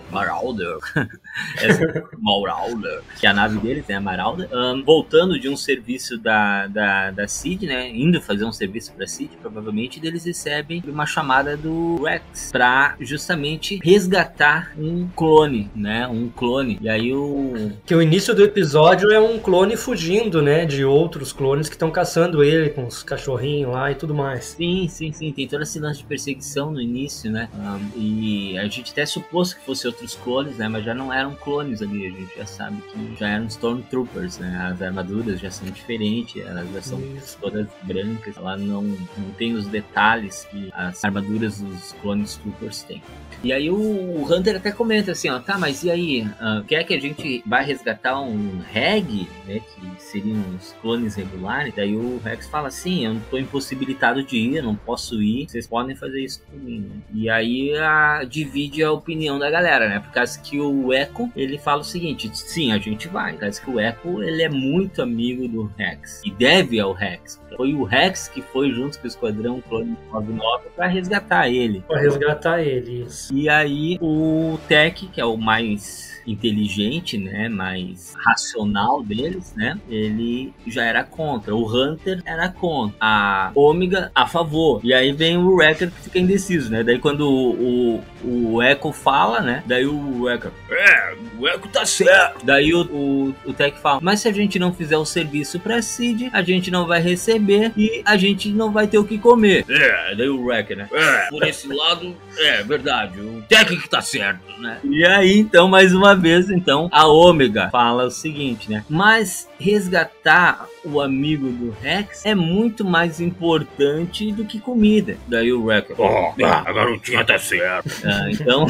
Speaker 9: Marauder, que é a nave deles, né? A Marauder. Voltando de um serviço da Cid, né? Indo fazer um serviço pra Cid, provavelmente, eles recebem uma chamada do Rex pra justamente resgatar um clone, né? Um clone. E aí
Speaker 2: Que o início do episódio é um clone fugindo, né? De outros clones que estão caçando ele com os cachorrinhos lá e tudo mais.
Speaker 9: Sim. Tem todo esse lance de perseguição no início, né? E a gente até supôs que fossem outros clones, né? Mas já não eram clones ali. A gente já sabe que já eram Stormtroopers, né? As armaduras já são diferentes, elas já são todas brancas. Ela não tem os detalhes que as armaduras dos clones Troopers têm. E aí o Hunter até comenta assim, ó, tá, mas e aí? Quer que a gente vai resgatar um Reg, né? Que seriam os clones regulares? Daí o Rex fala assim, eu não tô impossibilitado de ir, eu não posso ir, vocês podem fazer isso por mim, né? E aí divide a opinião da galera, né? Por causa que o Echo, ele fala o seguinte, sim, a gente vai. Por causa que o Echo, ele é muito amigo do Rex. E deve ao Rex. Foi o Rex que foi junto com o Esquadrão Clone 99 pra resgatar ele.
Speaker 2: Isso.
Speaker 9: E aí o Tech, que é o mais inteligente, né, mais racional deles, né, ele já era contra. O Hunter era contra. A Ômega a favor. E aí vem o Wrecker que fica indeciso, né? Daí quando o Echo fala, né? Daí o Wrecker, o Echo tá certo. Daí o Tech fala, mas se a gente não fizer o serviço pra Cid, a gente não vai receber e a gente não vai ter o que comer. Daí o Wrecker, né? Por esse lado, é verdade, o Tech que tá certo, né? E aí, então, mais uma vez, então, a Ômega fala o seguinte, né? Mas resgatar o amigo do Rex é muito mais importante do que comida. Daí o Wrecker, a garotinha tá certo. Então,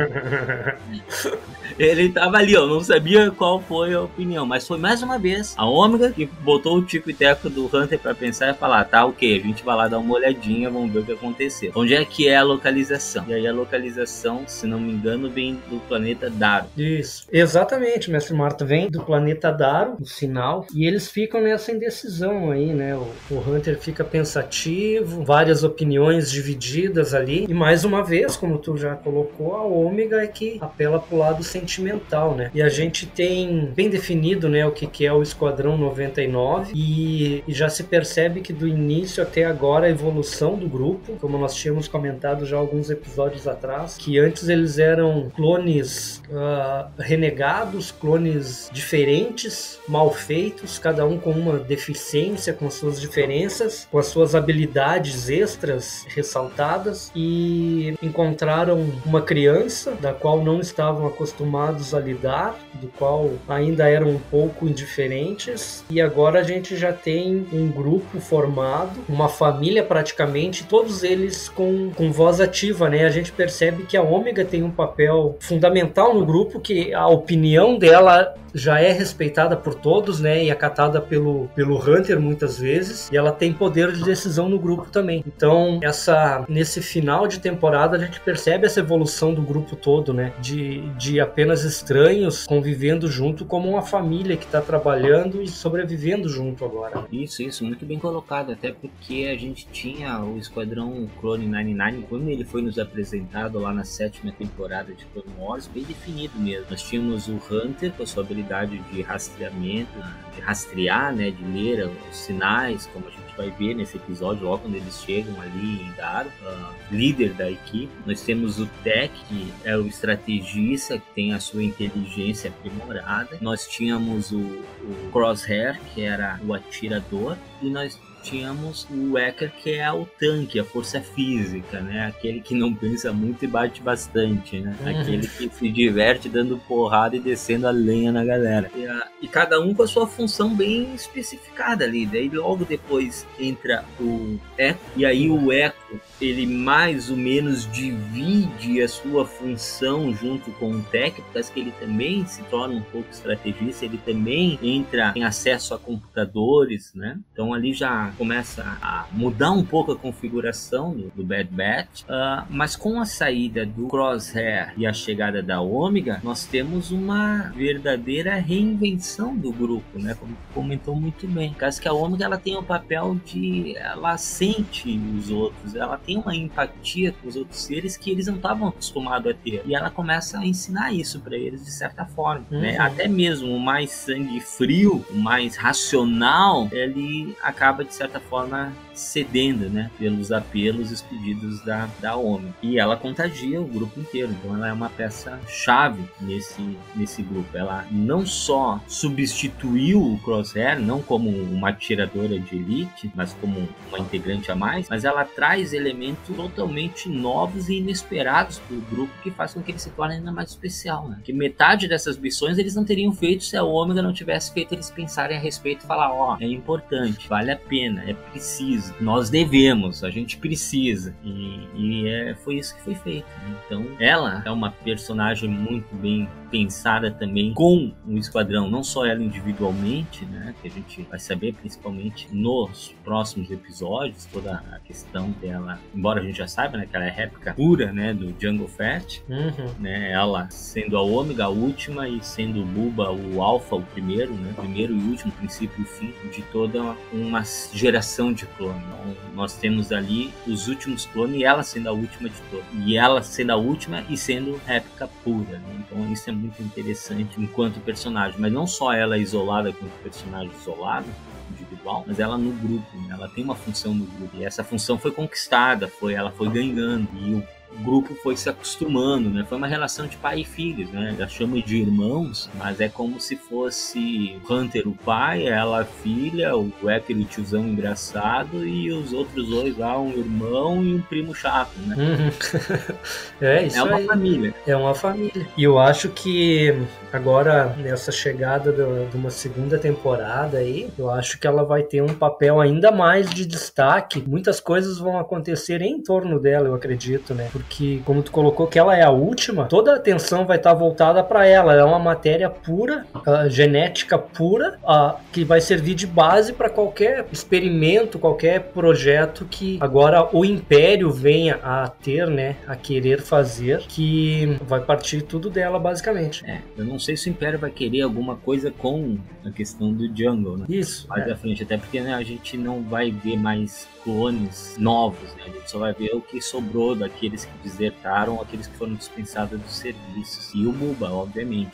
Speaker 9: ele tava ali, eu não sabia qual foi a opinião, mas foi mais uma vez a Ômega que botou o Tico e Teco do Hunter pra pensar e falar, tá, ok, a gente vai lá dar uma olhadinha, vamos ver o que aconteceu. Onde é que é a localização? E aí a localização, se não me engano, vem do planeta Daru.
Speaker 2: Isso, exatamente, Mestre Marta, vem do planeta Daru, o sinal, e eles ficam nessa indecisão aí, né? O Hunter fica pensativo, várias opiniões divididas ali, e mais uma vez, como tu já colocou, a Ômega é que apela pro lado sentimental, né? E a gente tem bem definido, né, o que é o Esquadrão 99 e já se percebe que do início até agora a evolução do grupo, como nós tínhamos comentado já alguns episódios atrás, que antes eles eram clones renegados, clones diferentes, mal feitos, cada um com uma mesma deficiência, com suas diferenças, com as suas habilidades extras ressaltadas, e encontraram uma criança da qual não estavam acostumados a lidar, do qual ainda eram um pouco indiferentes, e agora a gente já tem um grupo formado, uma família praticamente, todos eles com voz ativa, né? A gente percebe que a Ômega tem um papel fundamental no grupo, que a opinião dela já é respeitada por todos, né, e acatada pelo Hunter muitas vezes, e ela tem poder de decisão no grupo também. Então, nesse final de temporada, a gente percebe essa evolução do grupo todo, né, de apenas estranhos convivendo junto como uma família que está trabalhando e sobrevivendo junto agora.
Speaker 9: Isso, muito bem colocado, até porque a gente tinha o Esquadrão Clone 99, quando ele foi nos apresentado lá na 7ª temporada de Clone Wars, bem definido mesmo. Nós tínhamos o Hunter com a sua habilidade de rastreamento, de rastrear, né, de ler os sinais, como a gente vai ver nesse episódio, logo quando eles chegam ali em Daro, líder da equipe. Nós temos o Tech, que é o estrategista, que tem a sua inteligência aprimorada. Nós tínhamos o Crosshair, que era o atirador, e nós tínhamos o Wrecker, que é o tanque, a força física, né? Aquele que não pensa muito e bate bastante, né? Aquele que se diverte dando porrada e descendo a lenha na galera. E cada um com a sua função bem especificada ali. Daí logo depois entra o Echo, e aí o Echo, ele mais ou menos divide a sua função junto com o Tech, porque que ele também se torna um pouco estrategista, ele também entra em acesso a computadores, né? Então ali já começa a mudar um pouco a configuração do Bad Batch, mas com a saída do Crosshair e a chegada da Ômega, nós temos uma verdadeira reinvenção do grupo, né? Como comentou muito bem. Caso que a Ômega, ela tem o papel de, ela sente os outros, ela tem uma empatia com os outros seres que eles não estavam acostumados a ter, e ela começa a ensinar isso para eles de certa forma, né? Até mesmo o mais sangue frio, o mais racional, ele acaba de certa forma cedendo, né, pelos apelos e os pedidos da Ômega, e ela contagia o grupo inteiro. Então ela é uma peça chave nesse grupo. Ela não só substituiu o Crosshair, não como uma atiradora de elite, mas como uma integrante a mais, mas ela traz elementos totalmente novos e inesperados para o grupo, que faz com que ele se torne ainda mais especial, né? Que metade dessas missões eles não teriam feito se a Ômega não tivesse feito eles pensarem a respeito e falar, é importante, vale a pena, é preciso, nós devemos, a gente precisa, e foi isso que foi feito, né? Então ela é uma personagem muito bem pensada também com o esquadrão, não só ela individualmente, né, que a gente vai saber principalmente nos próximos episódios, toda a questão dela, embora a gente já saiba, né, que ela é réplica pura, né, do Jango Fett, né, ela sendo a Ômega a última e sendo o Bubba o Alpha o primeiro, né, primeiro e último, princípio e fim de toda uma geração de clones. Então, nós temos ali os últimos clones e ela sendo a última de todas, e ela sendo a última e sendo réplica pura, né? Então isso é muito interessante enquanto personagem, mas não só ela isolada como personagem isolado, individual, mas ela no grupo, né? Ela tem uma função no grupo, e essa função foi conquistada, ela foi ganhando, e o grupo foi se acostumando, né? Foi uma relação de pai e filhos, né? Já chama de irmãos, mas é como se fosse o Hunter o pai, ela a filha, o Wrecker o tiozão engraçado e os outros dois lá, um irmão e um primo chato, né?
Speaker 2: Isso
Speaker 9: é uma
Speaker 2: aí.
Speaker 9: Família.
Speaker 2: É uma família. E eu acho que agora, nessa chegada de uma segunda temporada aí, eu acho que ela vai ter um papel ainda mais de destaque. Muitas coisas vão acontecer em torno dela, eu acredito, né? Porque, como tu colocou que ela é a última, toda a atenção vai estar voltada para ela. Ela é uma matéria pura, genética pura, que vai servir de base para qualquer experimento, qualquer projeto que agora o Império venha a ter, né, a querer fazer, que vai partir tudo dela, basicamente.
Speaker 9: Eu não sei se o Império vai querer alguma coisa com a questão do Jungle, né?
Speaker 2: Isso.
Speaker 9: Mais à frente, até porque, né, a gente não vai ver mais clones novos, né? A gente só vai ver o que sobrou daqueles que desertaram, aqueles que foram dispensados dos serviços. E o Bubba, obviamente, né?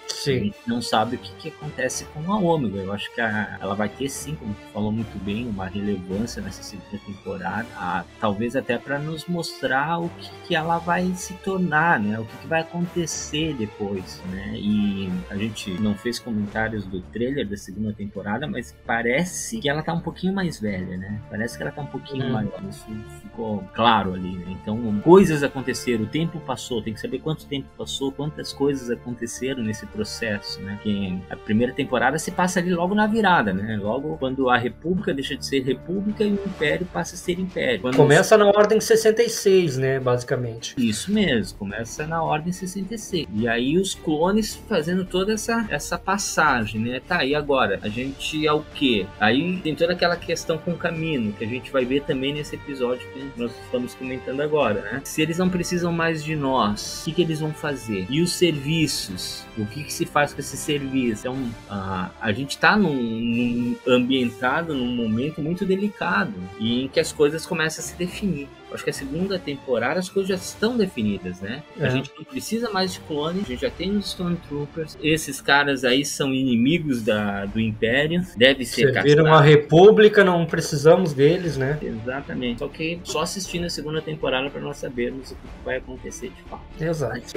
Speaker 2: Sim.
Speaker 9: A gente não sabe o que acontece com a Ômega. Eu acho que ela vai ter, sim, como tu falou muito bem, uma relevância nessa segunda temporada. Talvez até para nos mostrar o que ela vai se tornar, né? O que vai acontecer depois, né? E a gente não fez comentários do trailer da segunda temporada, mas parece que ela tá um pouquinho mais velha, né? Parece que ela tá um pouquinho maior. Isso ficou claro ali, né? Então, coisas aconteceram, o tempo passou, tem que saber quanto tempo passou, quantas coisas aconteceram nesse processo, né? Que a primeira temporada se passa ali logo na virada, né? Logo quando a República deixa de ser República e o Império passa a ser Império.
Speaker 2: Começa na Ordem 66, né? Basicamente.
Speaker 9: Isso mesmo, começa na Ordem 66. E aí os clones fazendo toda essa passagem, né? Tá, e agora? A gente é o quê? Aí tem toda aquela questão com o Camino, que a gente vai ver também nesse episódio que nós estamos comentando agora, né? Se eles não precisam mais de nós, o que eles vão fazer? E os serviços? O que se faz com esse serviço? Então, a gente tá ambientado num momento muito delicado e em que as coisas começam a se definir. Acho que a segunda temporada as coisas já estão definidas, né? A gente não precisa mais de clones, a gente já tem os Stormtroopers. Esses caras aí são inimigos do Império, deve ser caçados.
Speaker 2: Serviram a República, não precisamos deles, né?
Speaker 9: Exatamente. Só que só assistindo a segunda temporada para nós sabermos o que vai acontecer de fato.
Speaker 2: Exato.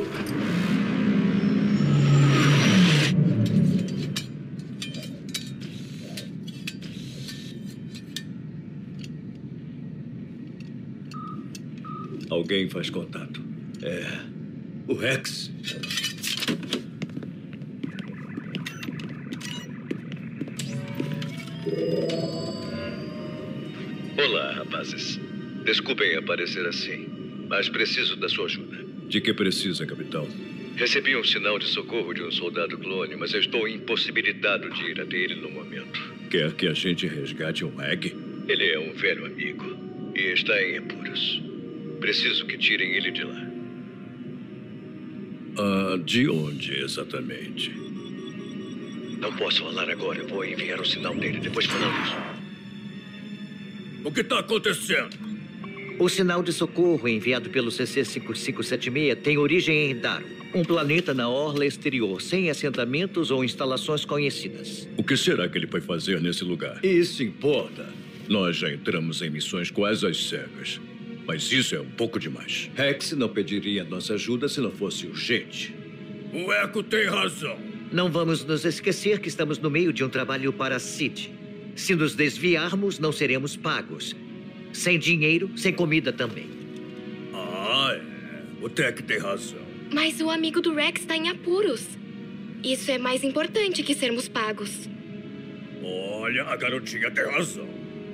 Speaker 3: Alguém faz contato. É... o Rex.
Speaker 10: Olá, rapazes. Desculpem aparecer assim, mas preciso da sua ajuda.
Speaker 3: De que precisa, capitão?
Speaker 10: Recebi um sinal de socorro de um soldado clone, mas eu estou impossibilitado de ir até ele no momento.
Speaker 3: Quer que a gente resgate um Reg?
Speaker 10: Ele é um velho amigo e está em apuros. Preciso que tirem ele de lá.
Speaker 3: De onde exatamente?
Speaker 10: Não posso falar agora. Eu vou enviar o sinal dele. Depois falamos.
Speaker 3: O que está acontecendo?
Speaker 4: O sinal de socorro enviado pelo CC-5576 tem origem em Daru, um planeta na orla exterior, sem assentamentos ou instalações conhecidas.
Speaker 3: O que será que ele foi fazer nesse lugar? Isso importa. Nós já entramos em missões quase às cegas. Mas isso é um pouco demais. Rex não pediria nossa ajuda se não fosse urgente. O Echo tem razão.
Speaker 4: Não vamos nos esquecer que estamos no meio de um trabalho para a City. Se nos desviarmos, não seremos pagos. Sem dinheiro, sem comida também.
Speaker 3: O Tech tem razão.
Speaker 6: Mas o amigo do Rex está em apuros. Isso é mais importante que sermos pagos.
Speaker 3: Olha, a garotinha tem razão.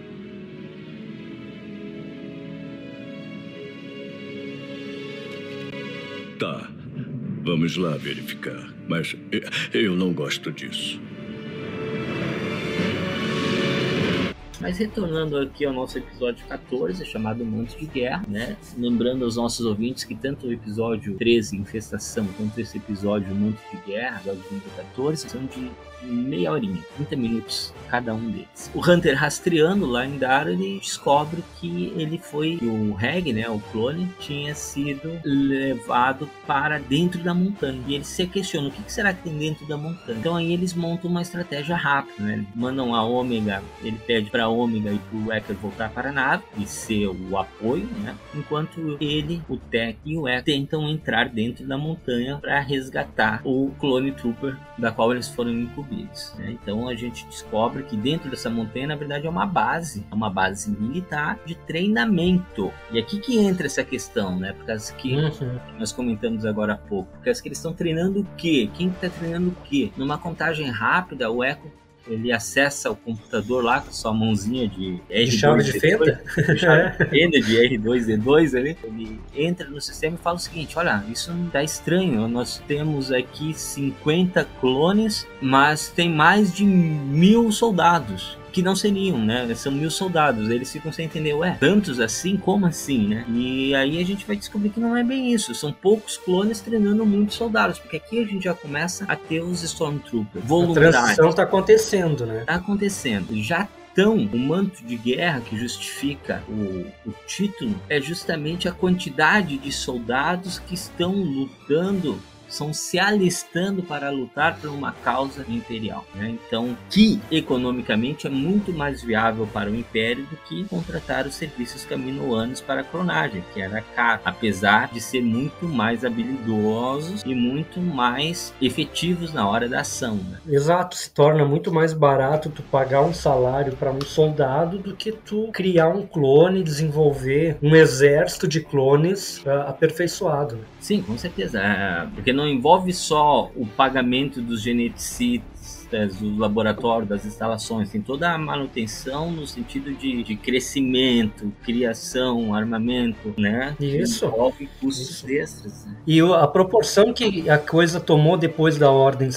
Speaker 3: Tá, vamos lá verificar. Mas eu não gosto disso.
Speaker 9: Mas retornando aqui ao nosso episódio 14, chamado Manto de Guerra, né? Lembrando aos nossos ouvintes que tanto o episódio 13, Infestação, quanto esse episódio Manto de Guerra, episódio número 14, são de meia horinha, 30 minutos cada um deles. O Hunter rastreando lá em Daru, ele descobre que o Reg, né, o clone, tinha sido levado para dentro da montanha. E ele se questiona, o que será que tem dentro da montanha? Então aí eles montam uma estratégia rápida, né? Mandam a Ômega, ele pede para a Ômega e para o Echo voltar para a nave e ser o apoio, né? Enquanto ele, o Tech e o Echo tentam entrar dentro da montanha para resgatar o Clone Trooper da qual eles foram incumbidos, né? Então a gente descobre que dentro dessa montanha, na verdade, é uma base militar de treinamento. E aqui que entra essa questão, né? Por causa que nós comentamos agora há pouco. Por causa que eles estão treinando o quê? Quem está treinando o quê? Numa contagem rápida, o Echo ele acessa o computador lá com sua mãozinha de
Speaker 2: chave de fenda,
Speaker 9: de R2D2 ali. Ele entra no sistema e fala o seguinte: olha, isso não tá estranho, nós temos aqui 50 clones, mas tem mais de 1000 soldados. Que não seriam, né? São 1000 soldados. Eles ficam sem entender, tantos assim? Como assim, né? E aí a gente vai descobrir que não é bem isso. São poucos clones treinando muitos soldados. Porque aqui a gente já começa a ter os Stormtroopers voluntários.
Speaker 2: A transição tá acontecendo, né?
Speaker 9: Tá acontecendo. Já então, o manto de guerra que justifica o título é justamente a quantidade de soldados que estão lutando estão se alistando para lutar por uma causa imperial, né? Então, que economicamente é muito mais viável para o Império do que contratar os serviços caminoanos para a clonagem, que era caro, apesar de ser muito mais habilidosos e muito mais efetivos na hora da ação, né?
Speaker 2: Exato, se torna muito mais barato tu pagar um salário para um soldado do que tu criar um clone, desenvolver um exército de clones aperfeiçoado, né?
Speaker 9: Sim, com certeza, porque não envolve só o pagamento dos geneticistas, do laboratório, das instalações, tem toda a manutenção no sentido de crescimento, criação, armamento, né?
Speaker 2: Isso.
Speaker 9: Envolve custos extras, né?
Speaker 2: E a proporção que a coisa tomou depois da Ordem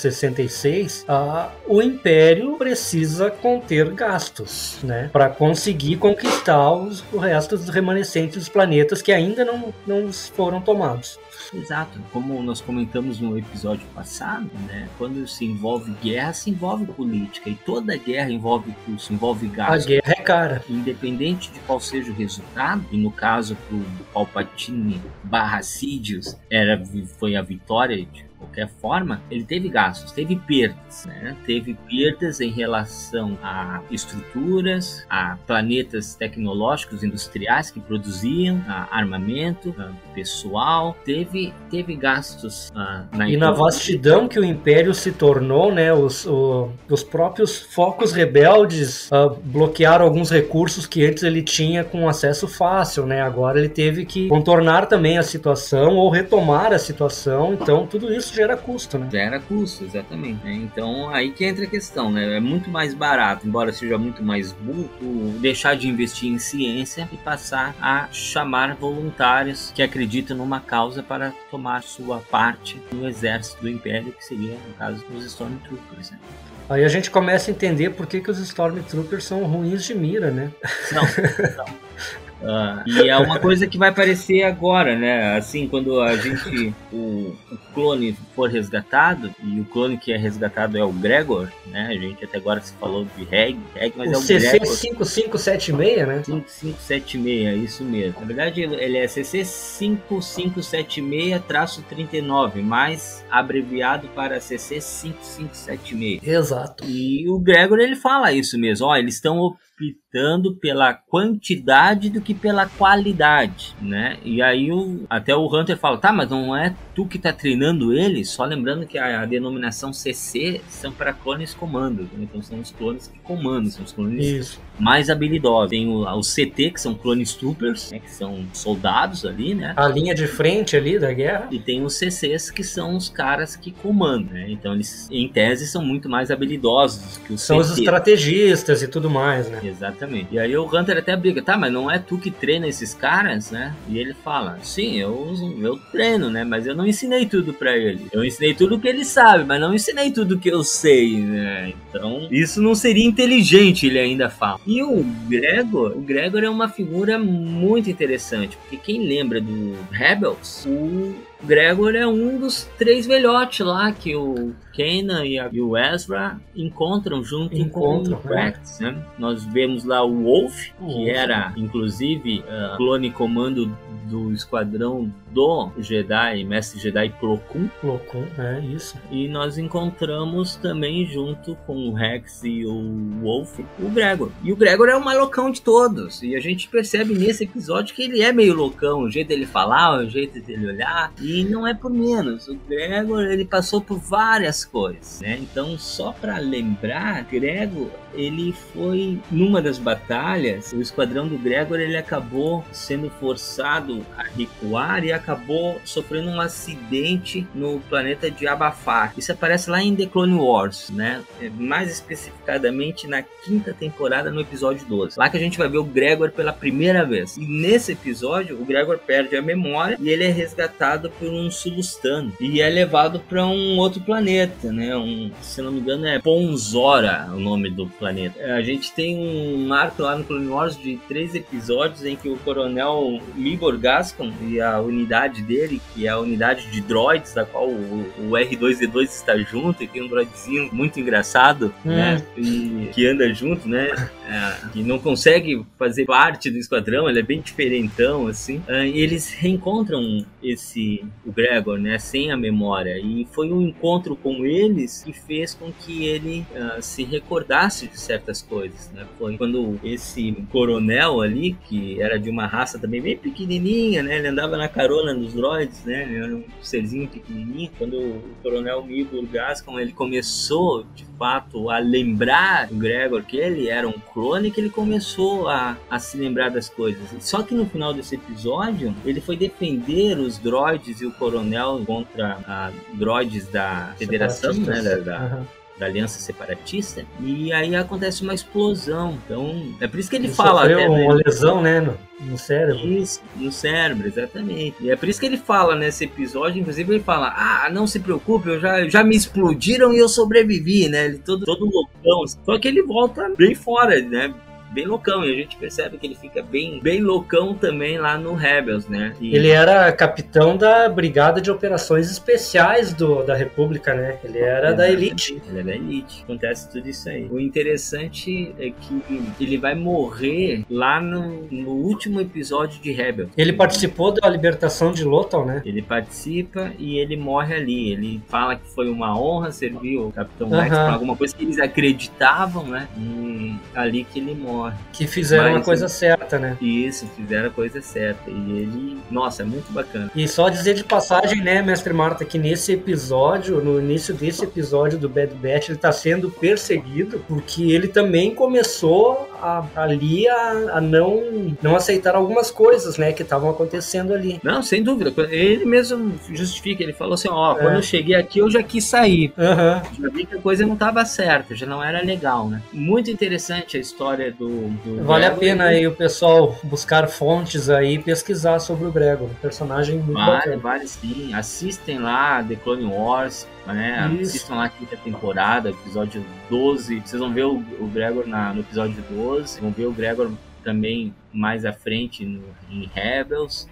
Speaker 2: 66, o Império precisa conter gastos, né? Para conseguir conquistar o resto dos remanescentes dos planetas que ainda não foram tomados.
Speaker 9: Exato, como nós comentamos no episódio passado, né? Quando se envolve guerra, se envolve política, e toda guerra envolve custo, envolve gasto.
Speaker 2: A guerra é cara.
Speaker 9: Independente de qual seja o resultado, e no caso pro Palpatine / Sidious foi a vitória de qualquer forma, ele teve gastos, teve perdas, né? Teve perdas em relação a estruturas, a planetas tecnológicos, industriais que produziam, a armamento, a pessoal, teve gastos
Speaker 2: e na vastidão que o Império se tornou, né? Os próprios focos rebeldes bloquearam alguns recursos que antes ele tinha com acesso fácil, né? Agora ele teve que contornar também a situação ou retomar a situação, então tudo isso gera custo, né?
Speaker 9: Gera custo, exatamente. Então, aí que entra a questão, né? É muito mais barato, embora seja muito mais burro, deixar de investir em ciência e passar a chamar voluntários que acreditam numa causa para tomar sua parte no exército do Império, que seria, no caso, os Stormtroopers, né?
Speaker 2: Aí a gente começa a entender por que os Stormtroopers são ruins de mira, né?
Speaker 9: Não. E é uma coisa que vai aparecer agora, né? Assim, quando a gente o clone for resgatado, e o clone que é resgatado é o Gregor, né? A gente até agora se falou de Reg, mas é o Gregor.
Speaker 2: CC5576, né?
Speaker 9: 5576, isso mesmo. Na verdade, ele é CC5576-39, mais abreviado para CC5576.
Speaker 2: Exato.
Speaker 9: E o Gregor, ele fala isso mesmo, eles estão optando pela quantidade do que pela qualidade, né? E aí até o Hunter fala, tá, mas não é tu que tá treinando ele? Só lembrando que a denominação CC são para clones comandos, né? Então são os clones que comandam, são os clones mais habilidosos. Tem o CT, que são clones troopers, né? Que são soldados ali, né?
Speaker 2: A linha de frente ali da guerra.
Speaker 9: E tem os CCs, que são os caras que comandam, né? Então eles, em tese, são muito mais habilidosos que os CT.
Speaker 2: São os estrategistas e tudo mais, né?
Speaker 9: Exatamente. E aí o Hunter até briga, tá, mas não é tu que treina esses caras, né? E ele fala, sim, eu treino, né? Mas eu não ensinei tudo pra ele. Eu ensinei tudo que ele sabe, mas não ensinei tudo que eu sei, né? Então, isso não seria inteligente, ele ainda fala. E o Gregor é uma figura muito interessante, porque quem lembra do Rebels, o Gregor é um dos 3 velhotes lá que o Kanan e o Ezra encontram junto com o Rex, né? Nós vemos lá o Wolf, que era, inclusive, clone comando do esquadrão do Jedi, Mestre Jedi Plo Koon.
Speaker 2: Plo Koon, isso.
Speaker 9: E nós encontramos também, junto com o Rex e o Wolf, o Gregor. E o Gregor é o mais loucão de todos. E a gente percebe nesse episódio que ele é meio loucão, o jeito dele falar, o jeito dele olhar. E não é por menos. O Gregor, ele passou por várias coisas, né? Então, só para lembrar, Gregor, ele foi numa das batalhas, o esquadrão do Gregor, ele acabou sendo forçado a recuar e acabou sofrendo um acidente no planeta de Abafar. Isso aparece lá em The Clone Wars, né? Mais especificadamente na 5ª temporada, no episódio 12. Lá que a gente vai ver o Gregor pela primeira vez. E nesse episódio, o Gregor perde a memória e ele é resgatado por um Sulustano e é levado para um outro planeta, né? Se não me engano, é Ponzora o nome do planeta. A gente tem um arco lá no Clone Wars de 3 episódios em que o coronel Libor Gascon e a unidade dele, que é a unidade de droids, da qual o R2-D2 está junto, e tem um droidzinho muito engraçado, né? E que anda junto, né? que não consegue fazer parte do esquadrão, ele é bem diferentão, assim. Eles reencontram o Gregor, né, sem a memória, e foi um encontro com eles que fez com que ele se recordasse de certas coisas, né? Foi quando esse coronel ali, que era de uma raça também bem pequenininha, né, ele andava na carona dos droids, né, ele era um serzinho pequenininho. Quando o coronel Migor Gascon, ele começou de fato a lembrar o Gregor que ele era um clone, que ele começou a se lembrar das coisas. Só que no final desse episódio ele foi defender os droids e o coronel contra droids da Federação, né, da Aliança Separatista, e aí acontece uma explosão. Então é por isso que ele fala
Speaker 2: até uma lesão, né, no cérebro.
Speaker 9: Isso, no cérebro, exatamente. E é por isso que ele fala nesse episódio, inclusive ele fala: não se preocupe, já me explodiram e eu sobrevivi, né? Ele todo loucão. Só que ele volta bem fora, né? Bem loucão, e a gente percebe que ele fica bem loucão também lá no Rebels, né?
Speaker 2: Ele era capitão da Brigada de Operações Especiais da República, né? Ele era da Elite.
Speaker 9: Ele é da Elite. Acontece tudo isso aí. O interessante é que ele vai morrer lá no último episódio de Rebels.
Speaker 2: Ele participou da libertação de Lothal, né?
Speaker 9: Ele participa e ele morre ali. Ele fala que foi uma honra servir o Capitão Rex para alguma coisa que eles acreditavam, né? E ali que ele morre.
Speaker 2: Que fizeram a coisa certa, né?
Speaker 9: Isso, fizeram a coisa certa. E ele, nossa, é muito bacana.
Speaker 2: E só dizer de passagem, né, Mestre Marta, que nesse episódio, no início desse episódio do Bad Batch, ele tá sendo perseguido porque ele também começou ali a não aceitar algumas coisas, né, que estavam acontecendo ali.
Speaker 9: Não, sem dúvida. Ele mesmo justifica, ele falou assim, quando eu cheguei aqui eu já quis sair. Já vi que a coisa não estava certa, já não era legal, né? Muito interessante a história do
Speaker 2: Vale a pena aí o pessoal buscar fontes aí e pesquisar sobre o Gregor, um personagem muito bacana.
Speaker 9: Vale sim. Assistem lá The Clone Wars, né? Assistam lá a quinta temporada, episódio 12. Vocês vão ver o Gregor no episódio 12. Vão ver o Gregor também mais à frente em Rebels.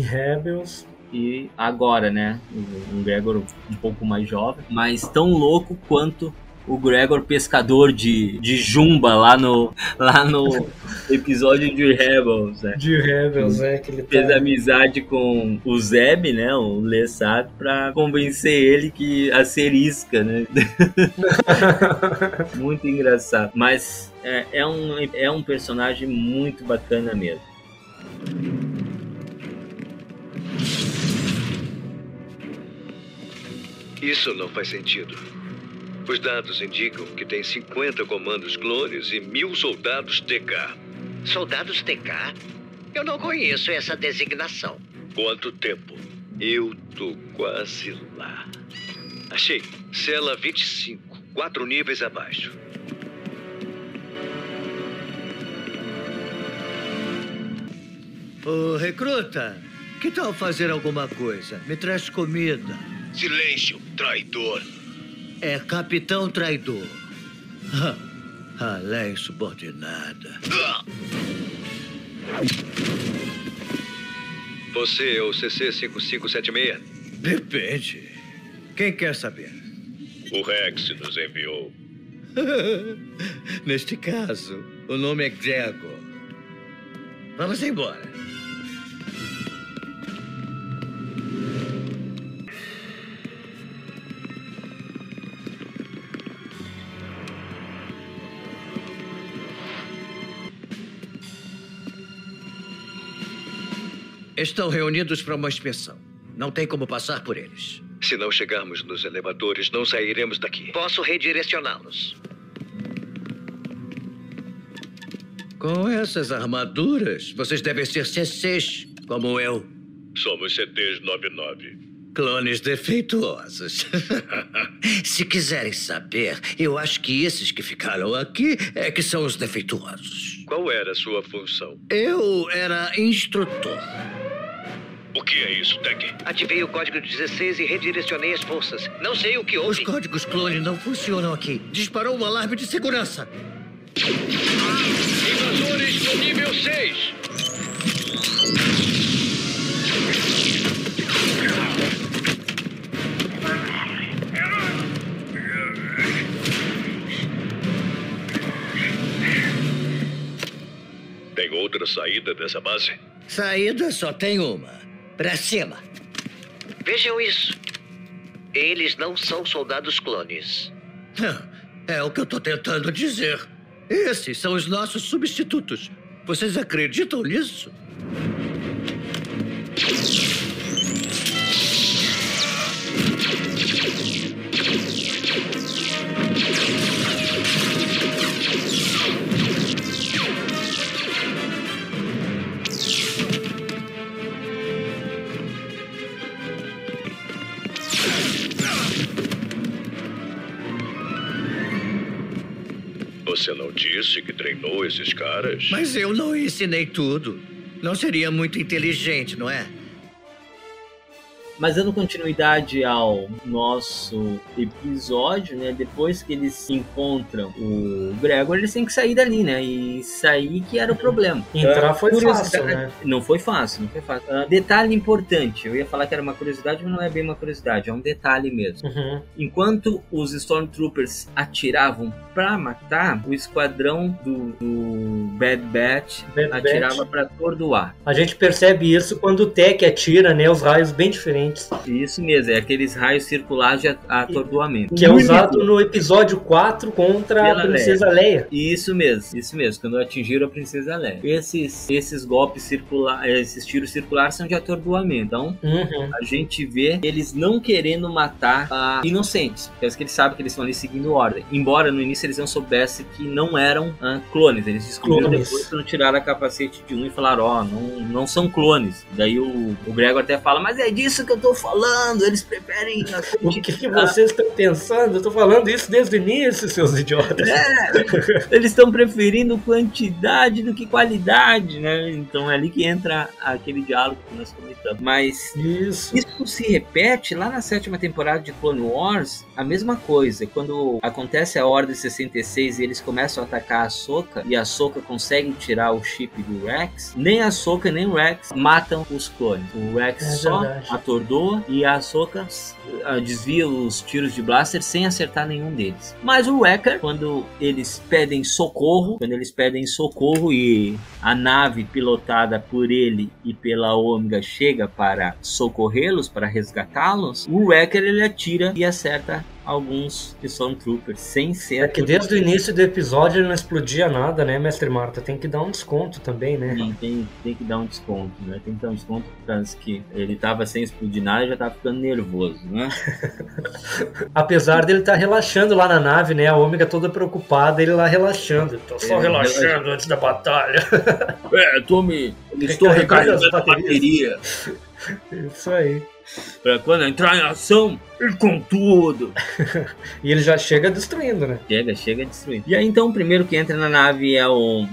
Speaker 9: E agora, né? Um Gregor um pouco mais jovem, mas tão louco quanto o Gregor pescador de jumba lá no episódio de Rebels, né?
Speaker 2: De Rebels, que ele
Speaker 9: fez amizade com o Zeb, né? O Lessat, pra convencer ele que a ser isca, né? Muito engraçado. Mas é um personagem muito bacana mesmo.
Speaker 10: Isso não faz sentido. Os dados indicam que tem 50 comandos clones e 1000 soldados TK.
Speaker 4: Soldados TK? Eu não conheço essa designação.
Speaker 10: Quanto tempo? Eu tô quase lá. Achei. Cela 25. 4 níveis abaixo.
Speaker 4: Ô, recruta, que tal fazer alguma coisa? Me traz comida.
Speaker 3: Silêncio, traidor.
Speaker 4: É Capitão Traidor. Ralé insubordinada.
Speaker 10: Você é o CC-5576?
Speaker 4: Depende. Quem quer saber?
Speaker 3: O Rex nos enviou.
Speaker 4: Neste caso, o nome é Gregor. Vamos embora. Estão reunidos para uma inspeção. Não tem como passar por eles.
Speaker 10: Se não chegarmos nos elevadores, não sairemos daqui.
Speaker 4: Posso redirecioná-los. Com essas armaduras, vocês devem ser CCs, como eu.
Speaker 3: Somos CTs 99.
Speaker 4: Clones defeituosos. Se quiserem saber, eu acho que esses que ficaram aqui é que são os defeituosos.
Speaker 10: Qual era a sua função?
Speaker 4: Eu era instrutor.
Speaker 3: O que é isso, Tech?
Speaker 4: Ativei o código 16 e redirecionei as forças. Não sei o que houve. Os códigos clone não funcionam aqui. Disparou um alarme de segurança.
Speaker 3: Invasores no nível 6. saída dessa base?
Speaker 4: Saída só tem uma. Pra cima.
Speaker 10: Vejam isso. Eles não são soldados clones.
Speaker 4: É o que eu tô tentando dizer. Esses são os nossos substitutos. Vocês acreditam nisso?
Speaker 3: Você não disse que treinou esses caras?
Speaker 4: Mas eu não ensinei tudo. Não seria muito inteligente, não é?
Speaker 9: Mas dando continuidade ao nosso episódio, né? Depois que eles encontram o Gregor, eles têm que sair dali, né? E sair que era o problema.
Speaker 2: Entrar foi fácil, né?
Speaker 9: Não foi fácil. Detalhe importante. Eu ia falar que era uma curiosidade, mas não é bem uma curiosidade. É um detalhe mesmo. Enquanto os Stormtroopers atiravam pra matar, o esquadrão do Bad Batch atirava pra atordoar.
Speaker 2: A gente percebe isso quando o Tech atira, né? Os raios bem diferentes.
Speaker 9: Isso mesmo, é aqueles raios circulares de atordoamento.
Speaker 2: Que é usado no episódio 4 contra a Princesa Leia.
Speaker 9: Isso mesmo, quando atingiram a Princesa Leia. Esses golpes circulares, esses tiros circulares são de atordoamento. Então, a gente vê eles não querendo matar inocentes, porque eles sabem que eles estão ali seguindo ordem. Embora no início eles não soubessem que não eram clones, eles descobriram depois quando tiraram a capacete de um e falaram, não são clones. Daí o Gregor até fala, mas é disso que eu tô falando, eles preferem...
Speaker 2: O que vocês estão pensando? Eu tô falando isso desde o início, seus idiotas.
Speaker 9: Eles estão preferindo quantidade do que qualidade, né? Então é ali que entra aquele diálogo que nós comentamos. Mas isso se repete lá na 7ª temporada de Clone Wars, a mesma coisa. Quando acontece a Ordem 66 e eles começam a atacar a Ahsoka, e a Ahsoka consegue tirar o chip do Rex, nem a Ahsoka nem o Rex matam os clones. O Rex só atordoa e a Ahsoka desvia os tiros de blaster sem acertar nenhum deles. Mas o Wrecker, quando eles pedem socorro e a nave pilotada por ele e pela Omega chega para socorrê-los, para resgatá-los, o Wrecker ele atira e acerta alguns Stormtroopers sem ser...
Speaker 2: É que desde o início do episódio ele não explodia nada, né, Mestre Marta? Tem que dar um desconto também, né?
Speaker 9: Sim, tem que dar um desconto, né? Tem que dar um desconto por causa que ele tava sem explodir nada e já tava ficando nervoso, né?
Speaker 2: Apesar dele estar relaxando lá na nave, né? A Ômega toda preocupada, ele lá relaxando. Tô só relaxando antes da batalha.
Speaker 9: Estou recarregando a bateria.
Speaker 2: Isso aí.
Speaker 9: Pra quando entrar em ação, e com tudo.
Speaker 2: E ele já chega destruindo, né?
Speaker 9: Chega destruindo. E aí então o primeiro que entra na nave é o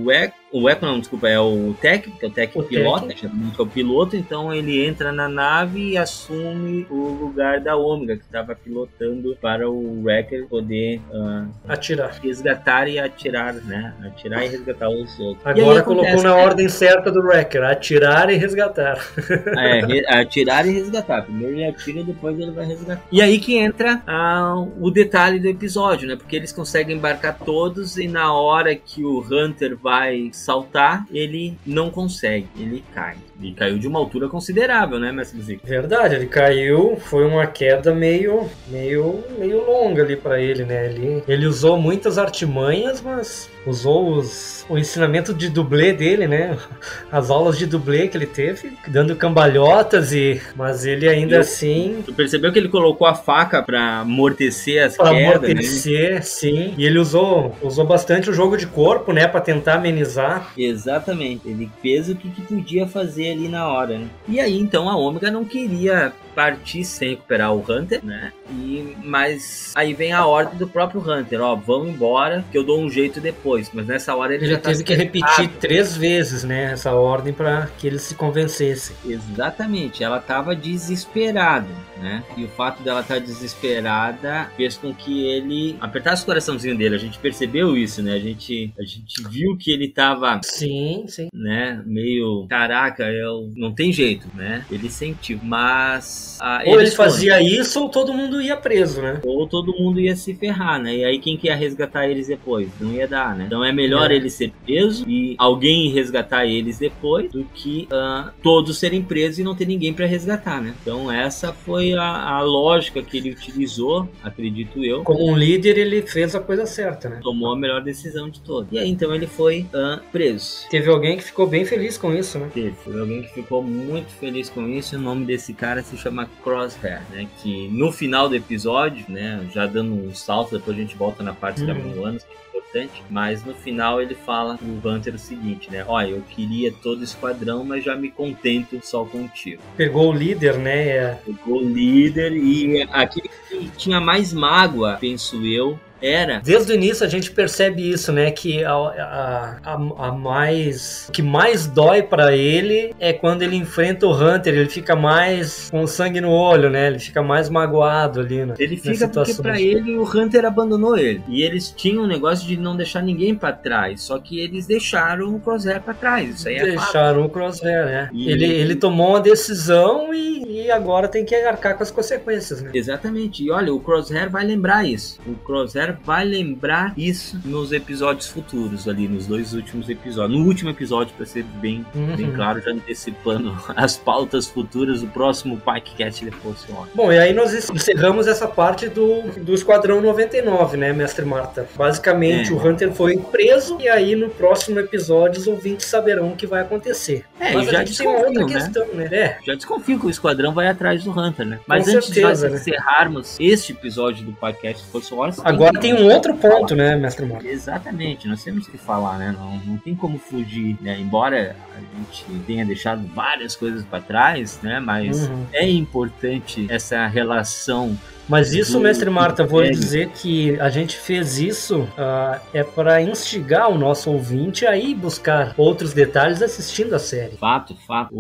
Speaker 9: é o Tech, que é o Tech pilota, que é o piloto, então ele entra na nave e assume o lugar da Ômega, que estava pilotando para o Wrecker poder resgatar e atirar, né? Atirar e resgatar os outros.
Speaker 2: Agora colocou na ordem certa do Wrecker, atirar e resgatar.
Speaker 9: Atirar e resgatar. Primeiro ele atira e depois ele vai resgatar. E aí que entra o detalhe do episódio, né? Porque eles conseguem embarcar todos e na hora que o Hunter vai saltar, ele não consegue, ele cai. Ele caiu de uma altura considerável, né, Mestre Zico?
Speaker 2: Verdade, ele caiu, foi uma queda meio longa ali pra ele, né? Ele usou muitas artimanhas, mas usou o ensinamento de dublê dele, né? As aulas de dublê que ele teve, dando cambalhotas, mas ele ainda assim...
Speaker 9: Tu percebeu que ele colocou a faca pra amortecer as
Speaker 2: quedas,
Speaker 9: né?
Speaker 2: Pra amortecer, sim. E ele usou bastante o jogo de corpo, né? Pra tentar amenizar.
Speaker 9: Exatamente. Ele fez o que podia fazer ali na hora, né? E aí, então, a Ômega não queria partir sem recuperar o Hunter, né? Mas aí vem a ordem do próprio Hunter, vamos embora, que eu dou um jeito depois. Mas nessa hora ele já
Speaker 2: teve que repetir 3 vezes, né? Essa ordem para que ele se convencesse.
Speaker 9: Exatamente, ela estava desesperada, né? E o fato dela estar desesperada fez com que ele apertasse o coraçãozinho dele. A gente percebeu isso, né? A gente viu que ele estava,
Speaker 2: sim,
Speaker 9: né? Meio, caraca, não tem jeito, né? Ele sentiu, mas Mas...
Speaker 2: ou ele fazia isso, ou todo mundo ia preso, né?
Speaker 9: Ou todo mundo ia se ferrar, né? E aí quem que ia resgatar eles depois? Não ia dar, né? Então é melhor ele ser preso e alguém resgatar eles depois do que todos serem presos e não ter ninguém pra resgatar, né? Então essa foi a lógica que ele utilizou, acredito eu.
Speaker 2: Como um líder, ele fez a coisa certa, né?
Speaker 9: Tomou a melhor decisão de todas. E aí então ele foi preso.
Speaker 2: Teve alguém que ficou bem feliz com isso, né?
Speaker 9: Teve alguém que ficou muito feliz com isso, e o nome desse cara se chama Crosshair, né? Que no final do episódio, né, já dando um salto, depois a gente volta na parte da Romulanos, que é importante, mas no final ele fala pro Hunter o seguinte, né? Olha, eu queria todo o esquadrão, mas já me contento só contigo.
Speaker 2: Pegou o líder, né?
Speaker 9: Pegou o líder, e aquele que tinha mais mágoa, penso eu, era...
Speaker 2: Desde o início a gente percebe isso, né? Que o que mais dói pra ele é quando ele enfrenta o Hunter. Ele fica mais com sangue no olho, né? Ele fica mais magoado ali, né?
Speaker 9: Ele fica porque pra ele o Hunter abandonou ele. E eles tinham um negócio de não deixar ninguém pra trás. Só que eles deixaram o Crosshair pra trás. Isso aí
Speaker 2: deixaram o Crosshair, né? Ele tomou uma decisão e agora tem que arcar com as consequências, né?
Speaker 9: Exatamente. E olha, o Crosshair vai lembrar isso. O Crosshair vai lembrar isso nos episódios futuros ali, nos 2 últimos episódios. No último episódio, para ser bem claro, já antecipando as pautas futuras do próximo PikeCast de Force One.
Speaker 2: Bom, e aí nós encerramos essa parte do Esquadrão 99, né, Mestre Marta? Basicamente, o Hunter foi preso e aí no próximo episódio os ouvintes saberão o que vai acontecer.
Speaker 9: Mas já tem uma outra questão, né? Já desconfio que o Esquadrão vai atrás do Hunter, né? Mas antes de nós encerrarmos este episódio do PikeCast de Force One,
Speaker 2: agora tem um outro ponto, né, Mestre Marta?
Speaker 9: Exatamente, nós temos que falar, né? Não tem como fugir, né? Embora a gente tenha deixado várias coisas para trás, né? Mas é importante essa relação.
Speaker 2: Mas isso, Mestre Marta, vou dizer que a gente fez isso é para instigar o nosso ouvinte a ir buscar outros detalhes assistindo a série.
Speaker 9: Fato.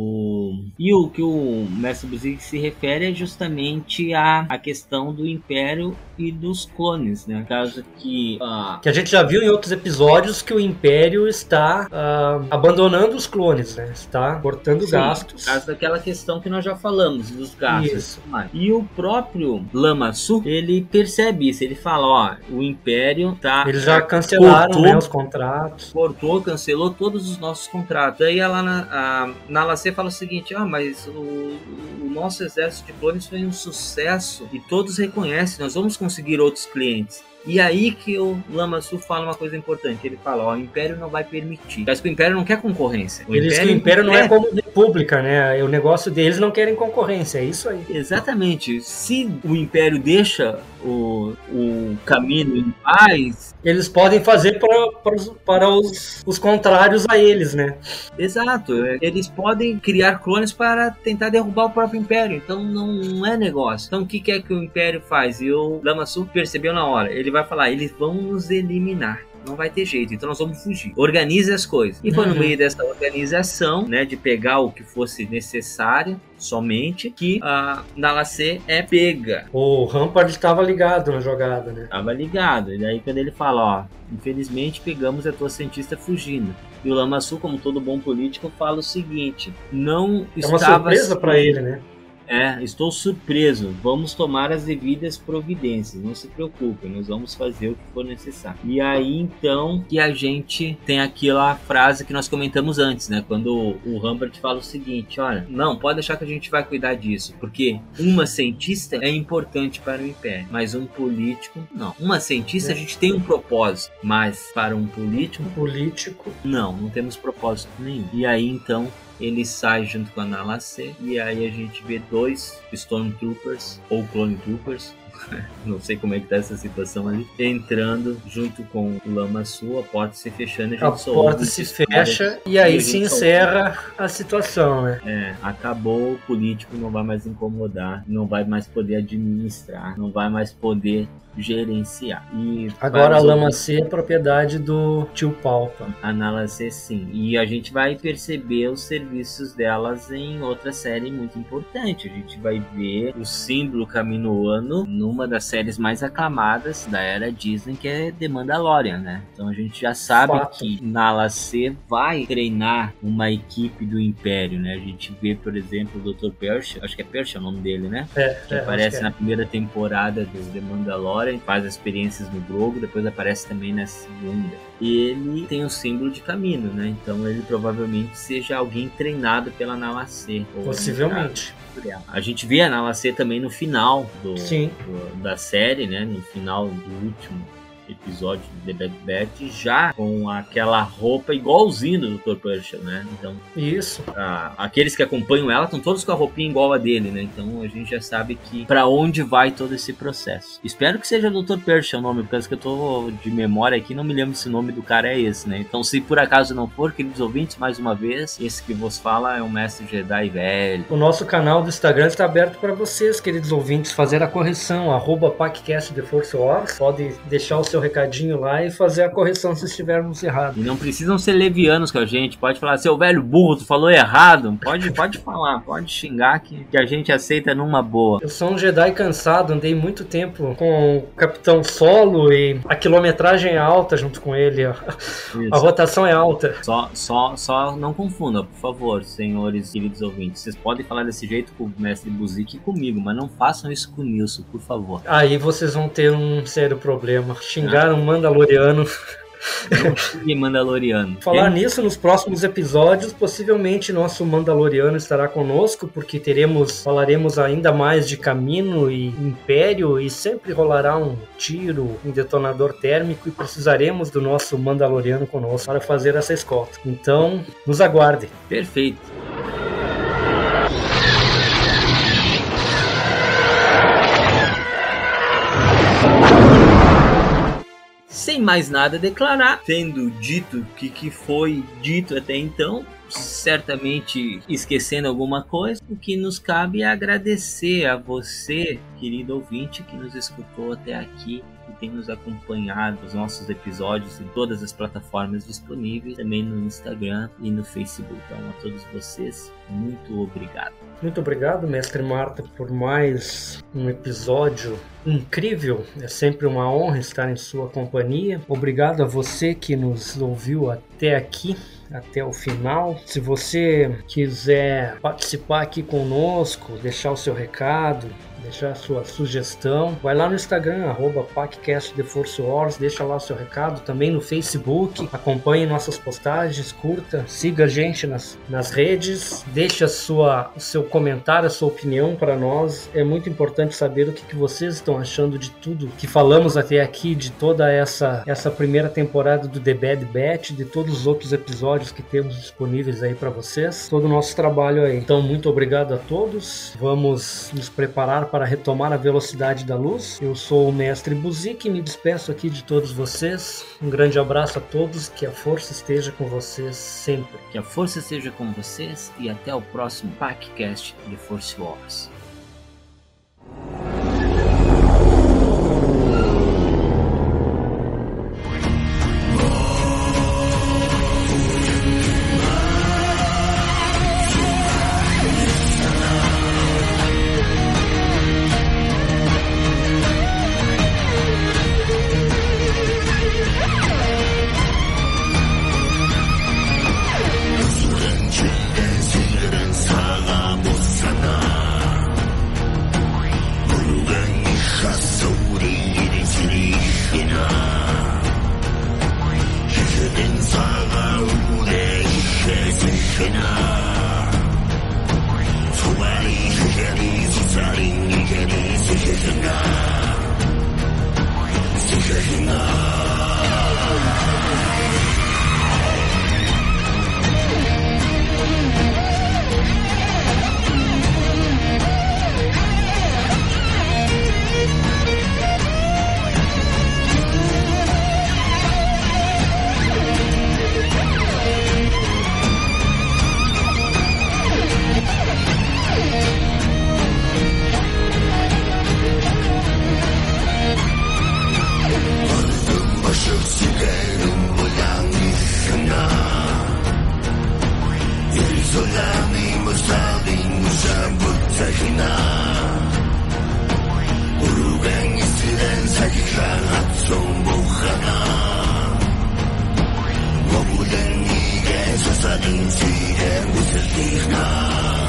Speaker 9: E o que o Mestre Buzik se refere é justamente a questão do Império e dos clones, né? Caso que
Speaker 2: a gente já viu em outros episódios que o Império está abandonando os clones, né? Está cortando gastos.
Speaker 9: Por causa daquela questão que nós já falamos, dos gastos. Isso. E o próprio Lamassu, ele percebe isso, ele fala, ó, o Império tá...
Speaker 2: Eles já cancelaram, né, os contratos.
Speaker 9: Cancelou todos os nossos contratos. Aí ela na LAC fala o seguinte, mas o nosso exército de clones foi um sucesso e todos reconhecem, nós vamos conseguir outros clientes. E aí que o Lamassu fala uma coisa importante. Ele fala, o Império não vai permitir. Parece que o Império não quer concorrência.
Speaker 2: O Império não é como República, né? O negócio deles não querem concorrência, é isso aí.
Speaker 9: Exatamente. Se o Império deixa o caminho em paz...
Speaker 2: Eles podem fazer para os contrários a eles, né?
Speaker 9: Exato. Eles podem criar clones para tentar derrubar o próprio Império. Então não é negócio. Então o que é que o Império faz? E o Lamassu percebeu na hora. Ele vai falar, eles vão nos eliminar. Não vai ter jeito, então nós vamos fugir. Organize as coisas. E foi no meio dessa organização, né, de pegar o que fosse necessário somente, que a Nalacê é pega.
Speaker 2: O Rampart estava ligado na jogada, né?
Speaker 9: Estava ligado. E daí quando ele fala, infelizmente pegamos a tua cientista fugindo. E o Lamassu, como todo bom político, fala o seguinte, não estava...
Speaker 2: É uma surpresa para ele, né?
Speaker 9: Estou surpreso. Vamos tomar as devidas providências. Não se preocupe, nós vamos fazer o que for necessário. E aí, então, que a gente tem aquela frase que nós comentamos antes, né? Quando o Rampart fala o seguinte, olha, não, pode deixar que a gente vai cuidar disso, porque uma cientista é importante para o Império, mas um político, não. Uma cientista, a gente tem um propósito, mas para um político... Não temos propósito nenhum. E aí, então... ele sai junto com a Nalacê e aí a gente vê 2 Stormtroopers ou Clone Troopers, não sei como é que tá essa situação ali, entrando junto com o Lamassu, a porta se fechando,
Speaker 2: a porta se fecha e aí se encerra a situação,
Speaker 9: né? Acabou, o político não vai mais incomodar, não vai mais poder administrar, não vai mais poder gerenciar. E
Speaker 2: agora a Lamasê é propriedade do tio Palpa.
Speaker 9: A Nalacê, sim. E a gente vai perceber os serviços delas em outra série muito importante. A gente vai ver o símbolo caminoano no numa das séries mais aclamadas da era Disney, que é The Mandalorian, né? Então a gente já sabe que Nala Se vai treinar uma equipe do Império, né? A gente vê, por exemplo, o Dr. Pershing, acho que é Pershing o nome dele, né? Que aparece na primeira temporada do The Mandalorian, faz as experiências no Grogu, depois aparece também na segunda. E ele tem o símbolo de Kamino, né? Então ele provavelmente seja alguém treinado pela Nala Se.
Speaker 2: Possivelmente.
Speaker 9: A gente vê a Nala Se também no final da série, né? No final do último episódio de The Bad Batch, já com aquela roupa igualzinho do Dr. Pershing, né? Então,
Speaker 2: isso.
Speaker 9: Aqueles que acompanham ela estão todos com a roupinha igual a dele, né? Então a gente já sabe que para onde vai todo esse processo. Espero que seja Dr. Pershing o nome, porque eu tô de memória aqui, não me lembro se o nome do cara é esse, né? Então, se por acaso não for, queridos ouvintes, mais uma vez, esse que vos fala é um mestre Jedi velho.
Speaker 2: O nosso canal do Instagram está aberto para vocês, queridos ouvintes, fazer a correção, @PacCast The Force Wars. Pode deixar o seu recadinho lá e fazer a correção se estivermos errados.
Speaker 9: E não precisam ser levianos com a gente, pode falar, seu velho burro, tu falou errado, pode falar, pode xingar que a gente aceita numa boa.
Speaker 2: Eu sou um Jedi cansado, andei muito tempo com o Capitão Solo e a quilometragem é alta junto com ele, a rotação é alta.
Speaker 9: Só não confundam, por favor, senhores queridos ouvintes, vocês podem falar desse jeito com o mestre Buzik e comigo, mas não façam isso com o Nilson, por favor.
Speaker 2: Aí vocês vão ter um sério problema, xingar um Mandaloriano.
Speaker 9: Mandaloriano.
Speaker 2: Falar nisso, nos próximos episódios, possivelmente nosso Mandaloriano estará conosco, porque falaremos ainda mais de Kamino e Império, e sempre rolará um tiro, um detonador térmico, e precisaremos do nosso Mandaloriano conosco para fazer essa escolta. Então, nos aguardem.
Speaker 9: Perfeito. Sem mais nada a declarar, tendo dito o que foi dito até então, certamente esquecendo alguma coisa, o que nos cabe é agradecer a você, querido ouvinte, que nos escutou até aqui e tem nos acompanhado nos nossos episódios em todas as plataformas disponíveis, também no Instagram e no Facebook. Então, a todos vocês, muito obrigado.
Speaker 2: Muito obrigado, mestre Marta, por mais um episódio incrível. É sempre uma honra estar em sua companhia. Obrigado a você que nos ouviu até aqui, até o final. Se você quiser participar aqui conosco, deixar o seu recado, deixar a sua sugestão, vai lá no Instagram, @PacCast The Force Wars, deixa lá o seu recado, também no Facebook, acompanhe nossas postagens, curta, siga a gente nas redes, deixe o seu comentário, a sua opinião para nós. É muito importante saber o que vocês estão achando de tudo que falamos até aqui, de toda essa primeira temporada do The Bad Batch, de todos os outros episódios que temos disponíveis aí para vocês, todo o nosso trabalho aí. Então, muito obrigado a todos, vamos nos preparar para retomar a velocidade da luz. Eu sou o mestre Buzik e me despeço aqui de todos vocês. Um grande abraço a todos, que a força esteja com vocês sempre.
Speaker 9: Que a força esteja com vocês e até o próximo PacCast de Force Wars. Musabi, Musambut, Tahina, Urugan.
Speaker 11: 我不等一夜，傻傻等几天，不曾抵达。